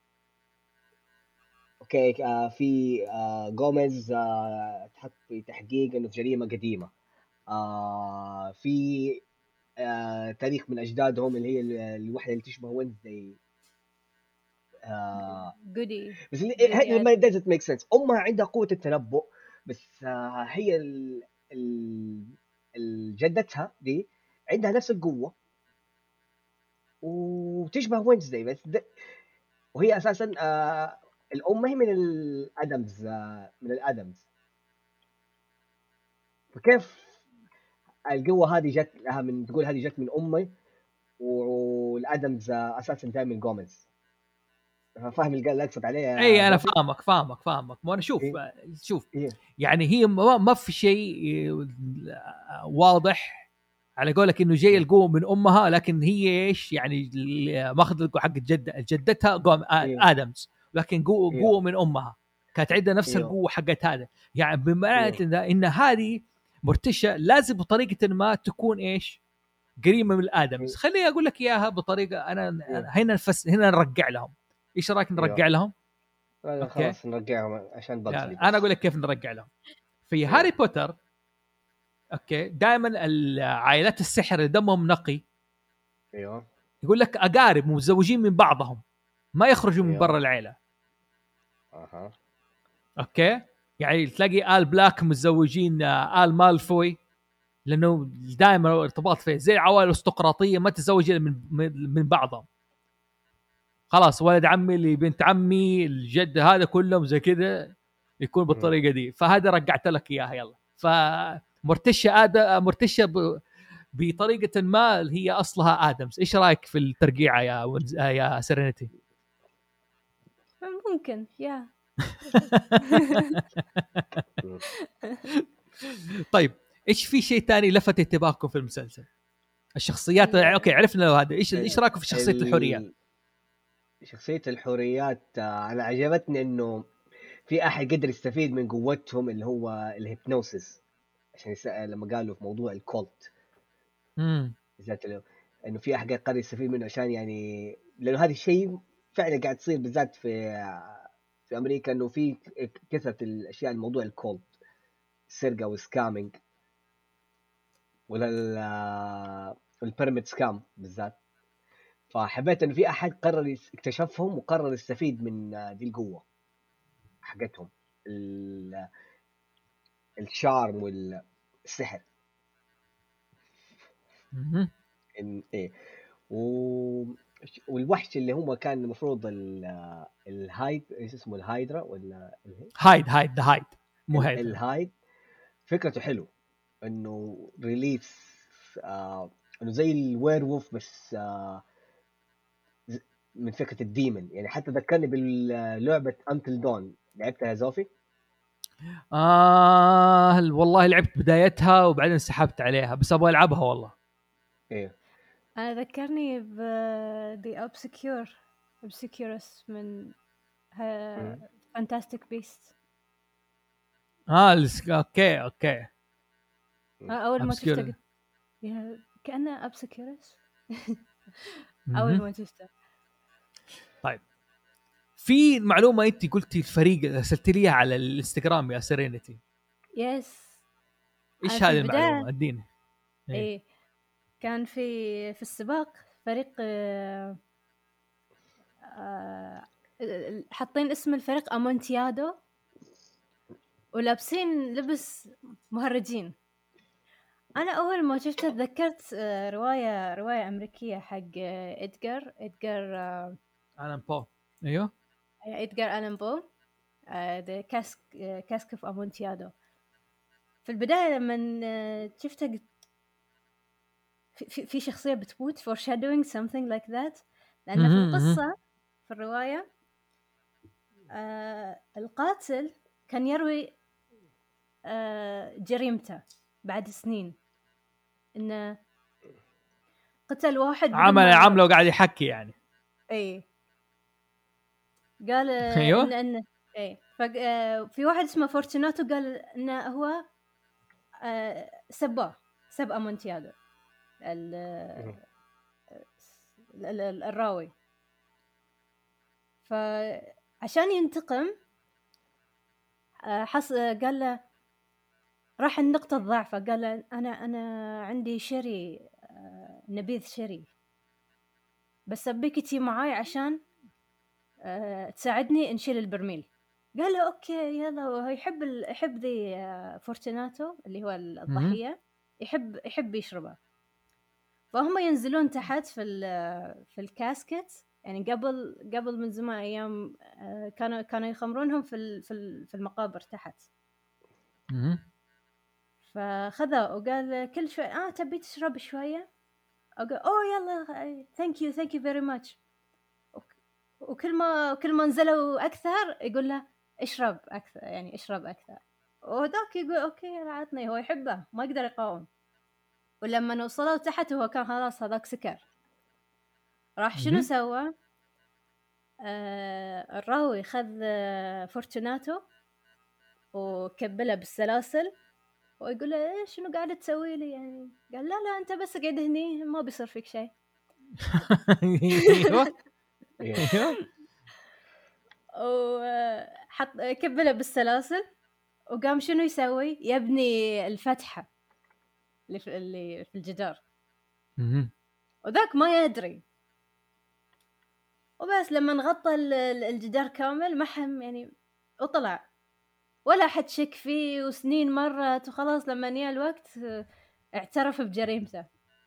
اوكي آه في آه جوميز آه تحط في تحقيق انه في جريمه قديمه. آه في آه تاريخ من اجدادهم اللي هي ال- الوحده اللي تشبه وينزداي. آه جودي بس اللي جودي هي ما آدم. doesn't make sense. امها عندها قوه التنبؤ بس آه هي ال ال الجدتها دي عندها نفس القوه وتشبه وينزداي بس ده، وهي اساسا آه الام هي من الادمز آه من الادمز. فكيف القوه هذه جت لها من تقول هذه جت من امي والادمز آه اساسا جاي من جوميز؟ فاهم اللي اقصد عليه يا اي انا باسل؟ فاهمك فاهمك فاهمك ما انا شوف إيه؟ شوف إيه؟ يعني هي ما, ما في شيء واضح على قولك انه جاي إيه؟ القوه من امها، لكن هي ايش يعني ماخذ القوه حق جد جدتها قوم إيه؟ ادمز، لكن قوه إيه؟ قوه من امها كانت عندها نفس إيه؟ القوه حقت هذا. يعني بمعنى إيه؟ ان إن هذه مرتشة لازم بطريقه ما تكون ايش قريبه من الادمز. خليني اقول لك اياها بطريقه انا إيه؟ هنا نفس هنا نرجع لهم. ايش رايك نرجع إيه؟ لهم؟ لا اوكي خلاص نرجعهم عشان يعني بقصلي انا بس. اقول لك كيف نرجع لهم. في هاري إيه؟ بوتر اوكي دائما العائلات السحر اللي دمهم نقي ايوه يقول لك اقارب متزوجين من بعضهم ما يخرجوا من برا ايوه العيله. اها اوكي يعني تلاقي آل بلاك متزوجين آل مالفوي لانه دائما ارتباط فيه زي العوائل الارستقراطيه ما تتزوج الا من من بعضهم. خلاص ولد عمي اللي بنت عمي الجد هذا كلهم زي كذا يكون بالطريقه دي. فهذا رجعت لك اياها يلا. فمرتشه آد مرتشه ب... بطريقه ما هي اصلها ادمز. ايش رايك في الترقيعه يا ونز... يا سيرينيتي؟ ممكن يا طيب ايش في شيء ثاني لفت انتباهكم في المسلسل؟ الشخصيات اوكي عرفنا له هذا. ايش ايش رايكم في شخصيه ال- الحوريات؟ شخصية الحوريات آه، أنا عجبتني إنه في أحد قدر يستفيد من قوتهم اللي هو الهيبنوسيس، عشان يس... لما قالوا في موضوع الكولت امم بالذات له- إنه في أحد قدر يستفيد منه عشان يعني لأنه هذا الشيء فعلا قاعد يصير بالذات في في أمريكا، إنه في كثرة الأشياء الموضوع الكولت السرقة والسكامينج ولا البيراميد سكام بالذات. فحبيت انه في احد قرر يس- اكتشفهم وقرر يستفيد من آه، دي القوه حقتهم ال- الشارم والسحر. مهم. إن ايه و... والوحش اللي هو كان المفروض ال- آه، الهايد ايش اسمه الهايدرا ولا ال- هايد هايد ذا هايد مو ال- هايد. الهايد فكرته حلو انه ريليف آه انه زي الوير وولف بس آه ز- من فكره الديمن. يعني حتى ذكرني باللعبه انتل دون، لعبتها يا زوفي؟ آه والله لعبت بدايتها وبعدين سحبت عليها بس ابغى العبها والله. ايه أنا ذكرني ب The Obscure Obscurus من مم. فانتاستيك بيست. اه الس- اوكي اوكي أول ما Obscure. شفته قلت يا كأنه Obscurus. أول مهم. ما شفته طيب في معلومه انت قلتي الفريق ارسلت لي على الانستغرام يا سيرينيتي. يس. ايش في هذه البداية المعلومه اديني. ايه كان في في السباق فريق آه آه حاطين اسم الفريق امونتيادو ولابسين لبس مهرجين. انا اول ما شفته تذكرت آه روايه روايه امريكيه حق آه ادجار ادجار آه الان بو. ايوه ادجار الان بو ذا كاسك كاسك اوف امونتيادو. في البدايه لما آه شفته في في شخصيه بتموت foreshadowing something like that، لان في القصه في الروايه آه القاتل كان يروي آه جريمته بعد سنين، انه قتل واحد عمل عمله وقاعد يحكي يعني. اي قال أيوه؟ ان ان اي في واحد اسمه فورتوناتو قال انه هو آه سباه سب امونتيادو الراوي. فعشان ينتقم حص قال له راح النقطة ضعفه، قال له أنا أنا عندي شري نبيذ شري بس أبيك تي معاي عشان تساعدني نشيل البرميل. قال له أوكي يلا. وهو يحب ال... يحب ذي فورتوناتو اللي هو الضحية يحب يحب يشربه. فهم ينزلون تحت في ال... في الكاسكت يعني قبل قبل من زمان أيام كانوا كانوا يخمرونهم في ال... في ال... في المقابر تحت. فخذه وقال كل شوي اه تبي تشرب شويه؟ اقول اوه يلا ثانك يو ثانك يو فيري ماتش. وكل ما كل ما نزلوا اكثر يقول له اشرب اكثر يعني اشرب اكثر. وذاك يقول اوكي عطني. هو يحبه ما يقدر يقاوم. ولما نوصلوا تحت هو كان خلاص هذاك سكر. راح شنو سوى؟ آه الراوي خذ آه فورتوناتو وكبله بالسلاسل ويقول له إيه شنو قاعدة تسوي لي يعني؟ قال لا لا أنت بس قاعد هني ما بيصير فيك شيء. ايوه ايوه. وحط كبله بالسلاسل وقام شنو يسوي؟ يبني الفتحة اللي في اللي في الجدار. وذاك ما يدري. وبس لما نغطى الجدار كامل محم يعني وطلع ولا حد شك فيه. وسنين مرت وخلاص لما نيا الوقت اعترف بجريمته.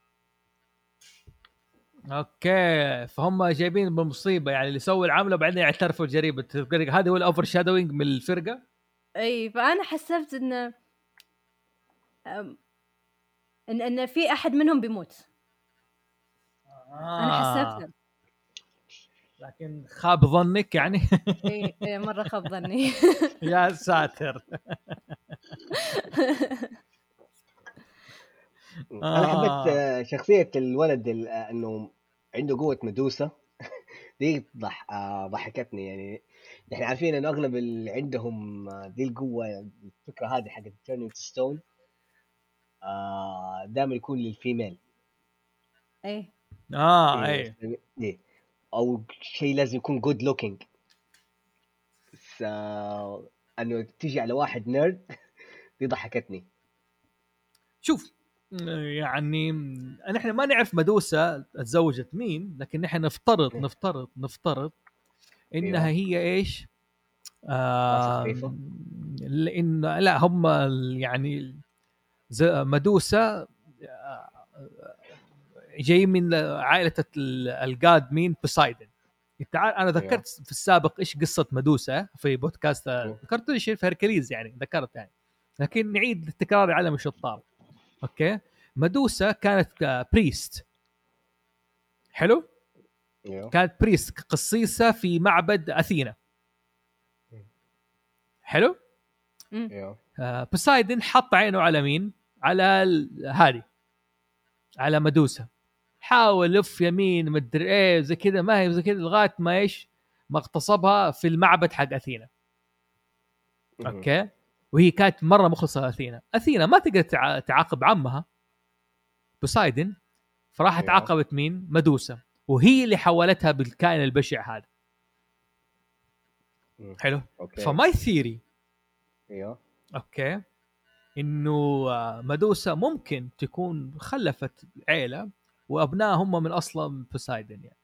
اوكي فهم جايبين بالمصيبه يعني اللي سووا العمله وبعدين يعترفوا بجريمه. هذا هو الاوفر شادوينج من الفرقه. اي فانا حسبت ان ان ان في احد منهم بيموت. آه. انا حسبت لكن خاب ظنك يعني. اي إيه مره خاب ظني. يا ساتر. انا حبيت شخصيه الولد انه عنده قوه مدوسه. دي ضح ضحكتني يعني. احنا عارفين ان اغلب اللي عندهم دي القوه الفكره هذه حقت تيرنينج ستون دائما يكون للفيميل. ايه اه ايه, إيه. او شيء لازم يكون جود لوكينج. انه تيجي على واحد نيرد. دي ضحكتني. شوف يعني نحن ما نعرف مدوسة تزوجت مين لكن نحن نفترض نفترض نفترض انها هي ايش آه لان لا هم يعني مدوسة جاي من عائلة الجاد مين بوسايدن. انت انا ذكرت في السابق ايش قصة مدوسة في بودكاست ذكرت شيء في هركليز يعني ذكرت يعني لكن نعيد التكرار على الشطار. اوكي مدوسة كانت بريست حلو كانت بريست قصيصة في معبد أثينا حلو آه بوسايدن حط عينه على مين على هذه على مدوسة حاول لف يمين مدري ايه زي كذا ما هي زي كذا لغايه ما ايش ما اغتصبها في المعبد حق أثينا. اوكي وهي كانت مره مخلصه لأثينا. أثينا ما تقدر تعاقب عمها بوسايدن فراحت عاقبت مين مدوسة وهي اللي حولتها بالكائن البشع هذا. حلو فماي ثيري ايوه اوكي انه آه، مدوسا ممكن تكون خلفت عيله وابنائها هم من اصلا بوسايدن يعني.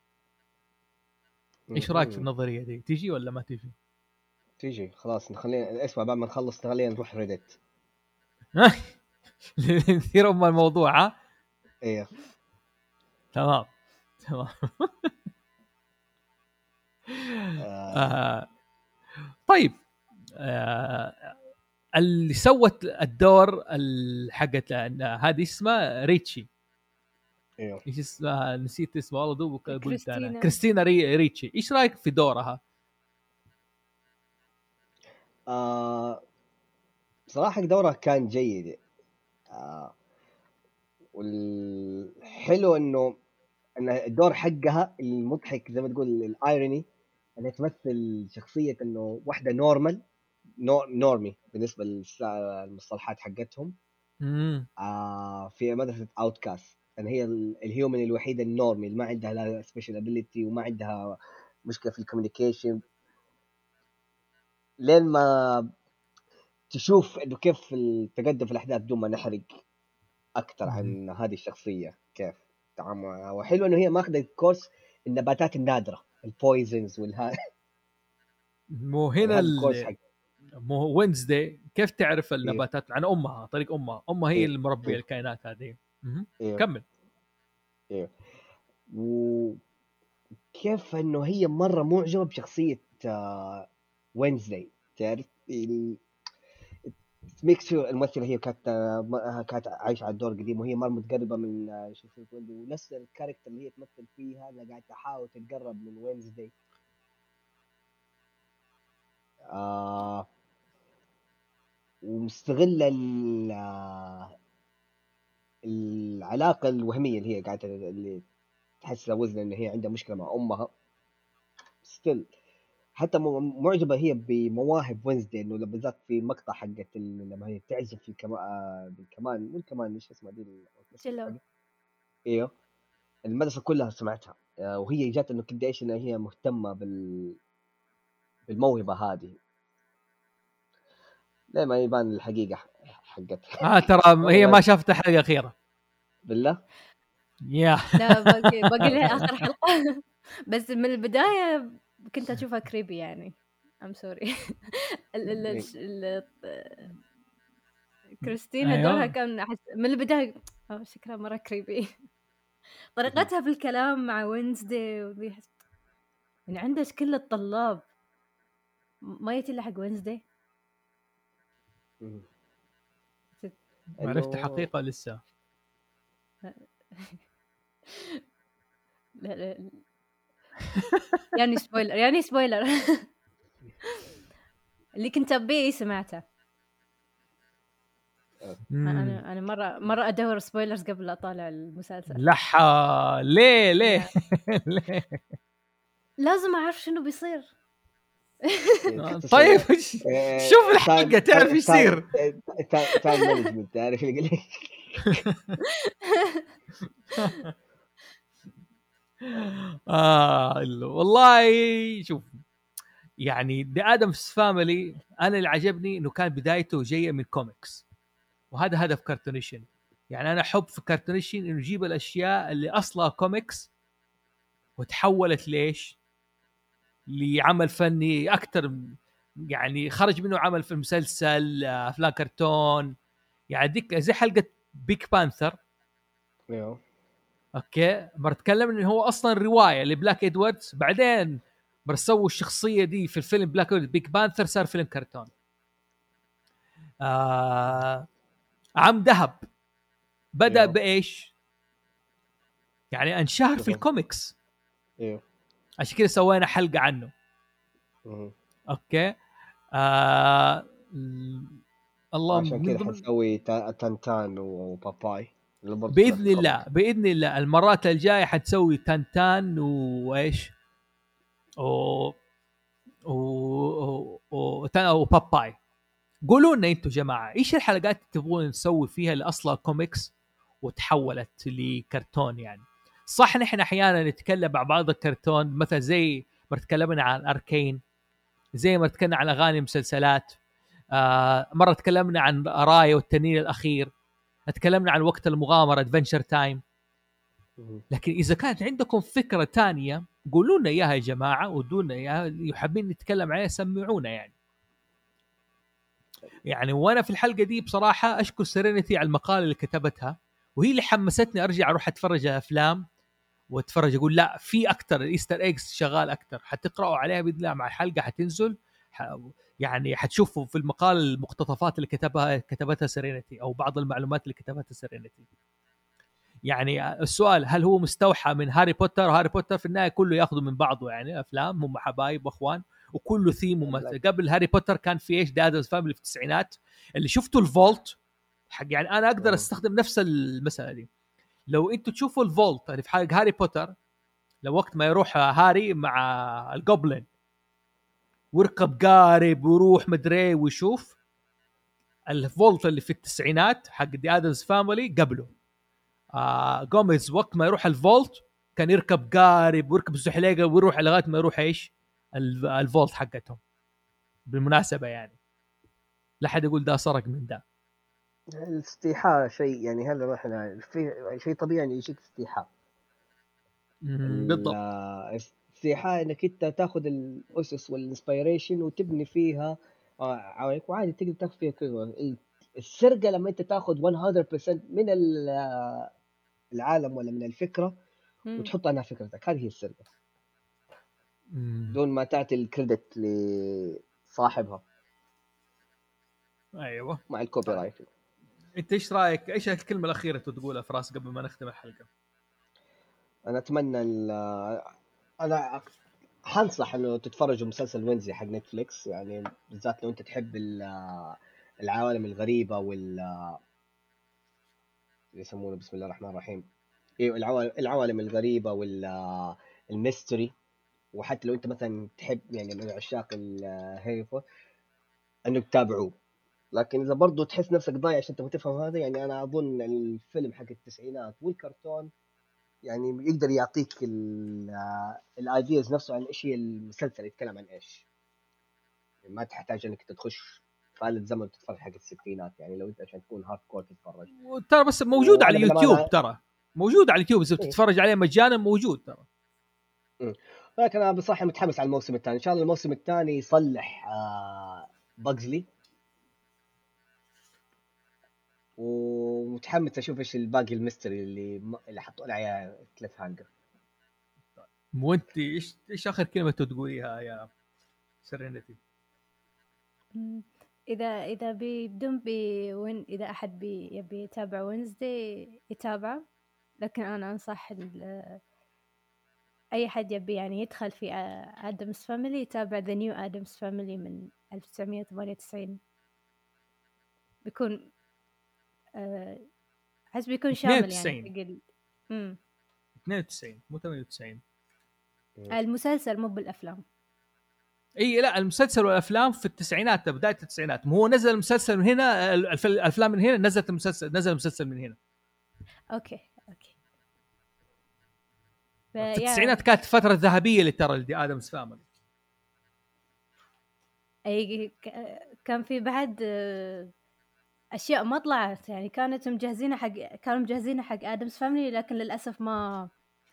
ايش رايك في النظريه دي؟ تيجي ولا ما تيجي؟ تيجي خلاص، نخلينا اسمع بعد ما نخلص خلينا نروح ريدت. نثير ام الموضوع. ها ايه تمام تمام. آه. آه. طيب آه. اللي سوت الدور حقت هذه اسمها ريتشي. ايوه ايش اسمها؟ نسيت اسمها والله دوبك قلت انا. كريستينا. كريستينا ري... ريتشي. ايش رايك في دورها؟ آه. صراحة دورها كان جيد. آه. والحلو انه ان الدور حقها المضحك زي ما تقول الايروني انها تمثل شخصية انه واحدة نورمال نور نورمي بالنسبة للمصطلحات حقتهم. امم آه في مدرسة اوتكاست، ان هي ال- الهيومن الوحيدة النورمي اللي ما عندها لا سبيشال ابيليتي وما عندها مشكلة في الكوميونيكيشن، لين ما تشوف انه كيف التقدم في الاحداث بدون ما نحرق اكثر عن هذه الشخصيه كيف تعاملها. وحلو انه هي ماخذه كورس النباتات النادره البويزنز والها. مو هنا هذا الكورس ال... حق مو وينزداي كيف تعرف إيه. النباتات عن امها؟ طريق امها امها هي إيه. اللي مربيه إيه. الكائنات هذه. مهم. إيه. كمل. إيه. وكيف انه هي مره معجبه بشخصيه آه وينزداي، تعرف ال... ميكس شو الممثله هي كانت آه، كانت عايشه على الدور القديم وهي مره متقربه من آه، شخصيه وينزداي، ونفس الكاركتر اللي هي تمثل فيها اللي قاعده تحاول تتقرب من وينزداي. آه ومستغله ال- آه، العلاقه الوهميه اللي هي قاعده اللي تحسها وزن ان هي عندها مشكله مع امها ستيل. حتى م- معجبه هي بمواهب وينزداي، انه بالذات في مقطع حقت ال- لما هي تعزف في الكمان بالكمان مو الكمان ايش اسمها دي ال- تشيلو. ايوه المدرسه كلها سمعتها. آه، وهي جات انه قد ايش انها هي مهتمه بال بالموهبه هذه، ليه ما يبان الحقيقه حقتها. اه ترى هي ما شافت الحلقه الاخيره بالله يا لا باقي باقي لها آخر حلقة. بس من البداية كنت أشوفها كريبي يعني. I'm sorry. ال ال ال ال كريستينا دورها ايوه كان أحس من البداية أو شكلها مرة كريبي. طريقتها في الكلام مع وينزداي وذي يعني عندها كل الطلاب ما يتي إلا حق وينزداي. ما عرفت حقيقه لسه. لا لا يعني سبويلر يعني سبويلر. اللي كنت أبيه سمعته. انا انا مره مره ادور سبويلرز قبل اطالع المسلسل. لحا ليه ليه ليه لازم اعرف شنو بيصير. طيب شوف الحلقه تعرف ايش يصير. تايم مانجمنت تعرف اللي يقول اه والله شوف يعني دي ادمز فاميلي انا اللي عجبني انه كان بدايته جايه من كوميكس، وهذا هدف كارتونيشن. يعني انا احب في كارتونيشن انه يجيب الاشياء اللي اصلها كوميكس وتحولت ليش لعمل فني اكثر، يعني خرج منه عمل في المسلسل افلام كرتون. يعني ديك زي حلقه بيك بانثر ايوه اوكي بتكلم انه هو اصلا روايه لبلاك ادواردز، بعدين برسووا الشخصيه دي في الفيلم بلاك ادواردز بيك بانثر صار فيلم كرتون. آه عم ذهب بدا أيوه. بايش يعني انشهر في الكوميكس، ايوه عشان كده سوينا حلقه عنه. مه. اوكي آه الله عشان كده حنسوي تانتان وباباي باذن الله باذن الله المرات الجايه حتسوي تانتان وايش و و وباباي. قولوا لنا انتم جماعه ايش الحلقات اللي تبغون نسوي فيها اللي اصلا كوميكس وتحولت لكرتون. يعني صح نحن احيانا نتكلم مع بعض الكرتون مثلا زي ما تكلمنا عن اركين، زي ما تكلمنا عن اغاني مسلسلات آه مره تكلمنا عن رايا والتنين الاخير، تكلمنا عن وقت المغامره ادفنشر تايم. لكن اذا كانت عندكم فكره تانية قولوا لنا اياها يا جماعه، ودونا اياها، يحبين نتكلم عليها سمعونا يعني. يعني وانا في الحلقه دي بصراحه اشكر سيرينيتي على المقاله اللي كتبتها، وهي اللي حمستني ارجع اروح اتفرج على افلام واتفرج، اقول لا في اكتر، الايستر ايجز شغال اكتر، حتقراوا عليها باذن الله مع الحلقه حتنزل، ح... يعني حتشوفوا في المقال المقتطفات اللي كتبها كتبتها سيرينيتي او بعض المعلومات اللي كتبتها سيرينيتي. يعني السؤال هل هو مستوحى من هاري بوتر؟ هاري بوتر في النهايه كله ياخذوا من بعضه، يعني افلام هم حبايب واخوان وكله ثيم ومثل. قبل هاري بوتر كان في ايش دادز فاميلي في التسعينات اللي شفتوا الفولت حق، يعني انا اقدر استخدم نفس المساله دي. لو انتوا تشوفوا الفولت اللي في حلقه هاري بوتر، لو وقت ما يروح هاري مع الجوبلين ويركب قارب ويروح مدري ويشوف الفولت اللي في التسعينات حق دي ادمز فاميلي قبله. آه جوميز وقت ما يروح الفولت كان يركب قارب ويركب زحليقه ويروح لغايه ما يروح ايش الفولت حقتهم. بالمناسبه يعني لا حد يقول ده سرق من ده. الاستيحاء شيء يعني هذا ما احنا في شيء طبيعي انه يجيك استيحاء. بالضبط. استيحاء انك انت تاخذ الاسس والانسبيريشن وتبني فيها عليك، وعادي تقدر تاخذ فيها كذا. السرقه لما انت تاخذ مية بالمية من العالم ولا من الفكره وتحط عنها فكرتك، هذه هي السرقه دون ما تعطي الكريدت لصاحبها. ايوه مع الكوبي رايت. انت ايش رايك؟ ايش الكلمه الاخيره تقولها فراس قبل ما نختم الحلقه؟ انا اتمنى انا حنصح انه تتفرجوا مسلسل وينزي حق نتفليكس، يعني بالذات لو انت تحب العوالم الغريبه وال يسمونه بسم الله الرحمن الرحيم ايوه العوالم العوالم الغريبه والميستري. وحتى لو انت مثلا تحب يعني من عشاق الهيفو انك تتابعوه. لكن اذا برضو تحس نفسك ضايع عشان تبغى تفهم هذا، يعني انا اظن الفيلم حق التسعينات والكرتون يعني يقدر يعطيك الايدياز نفسه عن ايش هي المسلسل يتكلم عن ايش. يعني ما تحتاج انك تخش في آلة زمن تتفرج حق الستينات، يعني لو انت عشان تكون هارد كور تتفرج. ترى بس موجود على اليوتيوب، ترى موجود على اليوتيوب اذا بتتفرج عليه مجانا موجود ترى. لكن انا بصراحه متحمس على الموسم الثاني، ان شاء الله الموسم الثاني يصلح آه باجزلي، ومتحمس اشوف ايش الباقي الميستري اللي اللي حطوا لها عليها كليف هانجر. وانت ايش ايش اخر كلمه تقوليها يا سيرينيتي؟ اذا اذا بدون بي وين اذا احد بي يبي يتابع وينزداي يتابع، لكن انا انصح اي حد يبي يعني يدخل في ادمز فاميلي يتابع ذا نيو ادمز فاميلي من ألف وتسعمية وثمانية وتسعين. بيكون أه حس بيكون شامل يعني تقل. امم اثنين وتسعين مو ثمانية وتسعين المسلسل مو بالافلام. اي لا المسلسل والافلام في التسعينات بدايه التسعينات، مو هو نزل المسلسل من هنا الافلام من هنا، نزلت المسلسل نزل المسلسل من هنا. اوكي اوكي. في التسعينات كانت فتره ذهبيه اللي ترى لدي ادمز فاميلي. اي كان في بعد اشياء ما طلعت، يعني كانت مجهزينها حق كانوا مجهزينها حق ادمز فاميلي، لكن للاسف ما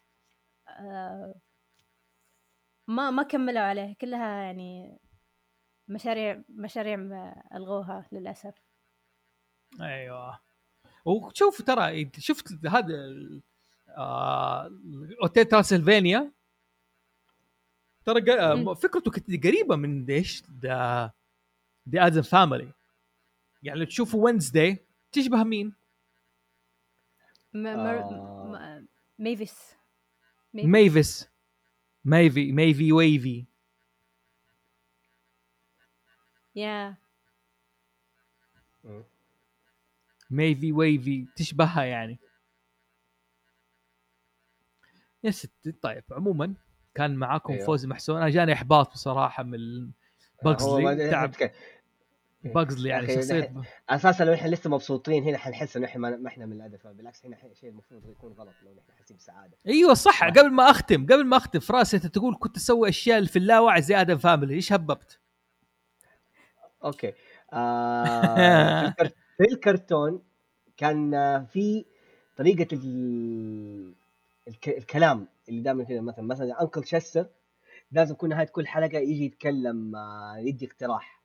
ما ما كملوا عليه كلها، يعني مشاريع مشاريع الغوها للاسف. ايوه وشوف ترى شفت هذا آه... اوتيل ترانسلفانيا ترى فكرته كانت قريبه من ايش ده دي ادم فاميلي. يعني لو تشوفوا وينزداي تشبه مين؟ آه... ميفيس ميفيس ميفي ميفي ويفي يا ميفي ويفي تشبهها يعني يا ستي. طيب عموما كان معاكم أيوه. فوزي محسون. انا جاني احباط بصراحه من باجزلي. تعب باجزلي يعني شخصيه اساسا لو احنا لسه مبسوطين هنا حنحس ان احنا ما احنا من الهدف، بالعكس هنا شيء المفروض يكون غلط لو احنا حاسين بسعاده. ايوه صح. ما. قبل ما اختم قبل ما اختم فراس انت تقول كنت اسوي اشياء في اللاوعي زي ادم فاميلي، ايش هببت؟ اوكي آه في, الكر... في الكرتون كان آه، في طريقة ال... الك... الكلام اللي دائما كذا، مثلا مثلا أنكل تشستر لازم كل نهاية كل حلقة يجي يتكلم، آه، يدي اقتراح.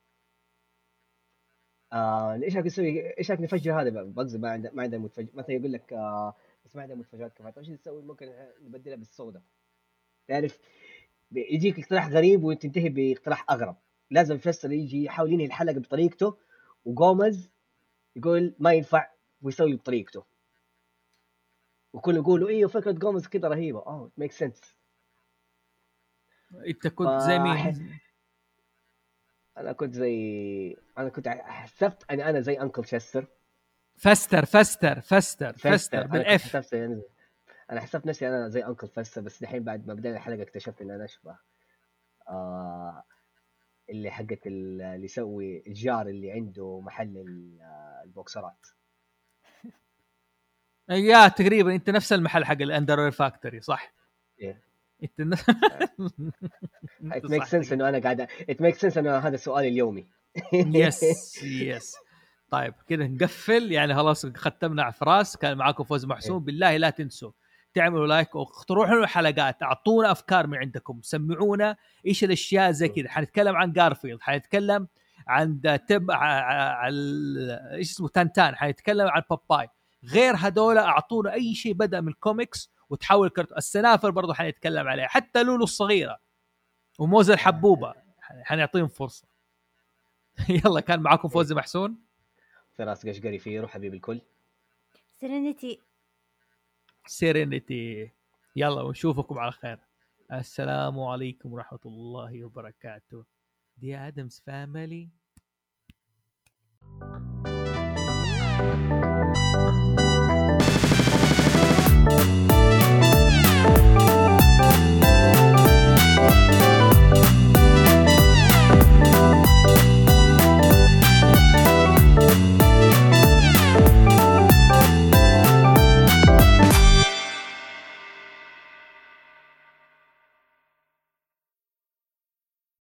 آه، ايش رايك نسوي، ايش رايك نفجر هذا بقصد ما عنده ما عنده متفجر، مثلا يقول لك آه بس ما عنده متفجرات كفايه، ايش نسوي، ممكن نبدلها بالصودا، تعرف، يجيك اقتراح غريب وتنتهي باقتراح اغرب. لازم فيصل يجي يحاول ينهي الحلقه بطريقته، وجوميز يقول ما ينفع ويسوي بطريقته، وكل يقولوا ايوه فكره جوميز كده رهيبه، اه ميك سنس. انت كنت زي مين؟ انا كنت زي انا كنت حسبت اني انا زي انكل تشستر. فستر فستر فستر فستر, فستر بالاف. حسبت يعني انا حسبت نفسي انا زي انكل فستر، بس الحين بعد ما بدأنا الحلقه اكتشفت ان انا اشبه آه اللي حقت اللي يسوي الجار اللي عنده محل البوكسرات. يا تقريبا انت نفس المحل حق الاندر فاكتوري صح؟ ايه انت ن... it makes sense انه انا قاعد it makes sense انه هذا السؤال اليومي. يس يس. طيب كده نقفل يعني، خلاص ختمنا على فراس. كان معاكم فوز محسون. بالله لا تنسوا تعملوا لايك واقترحوا لنا حلقات، اعطونا افكار من عندكم، سمعونا ايش الاشياء زي كذا. حنتكلم عن جارفيلد، حنتكلم عن تب على ايش اسمه تانتان، حنتكلم عن باباي. غير هذول اعطونا اي شيء بدا من الكوميكس وتحول كرتون. السنافر برضو حنتكلم عليه، حتى لولو الصغيره وموزة الحبوبه حنعطيهم فرصه. يلا كان معكم فوزي محسون، فراس قشقري فيرو حبيب الكل، سيرينيتي سيرينيتي. يلا ونشوفكم على خير. السلام عليكم ورحمة الله وبركاته. دي آدمز فاميلي. Thank you.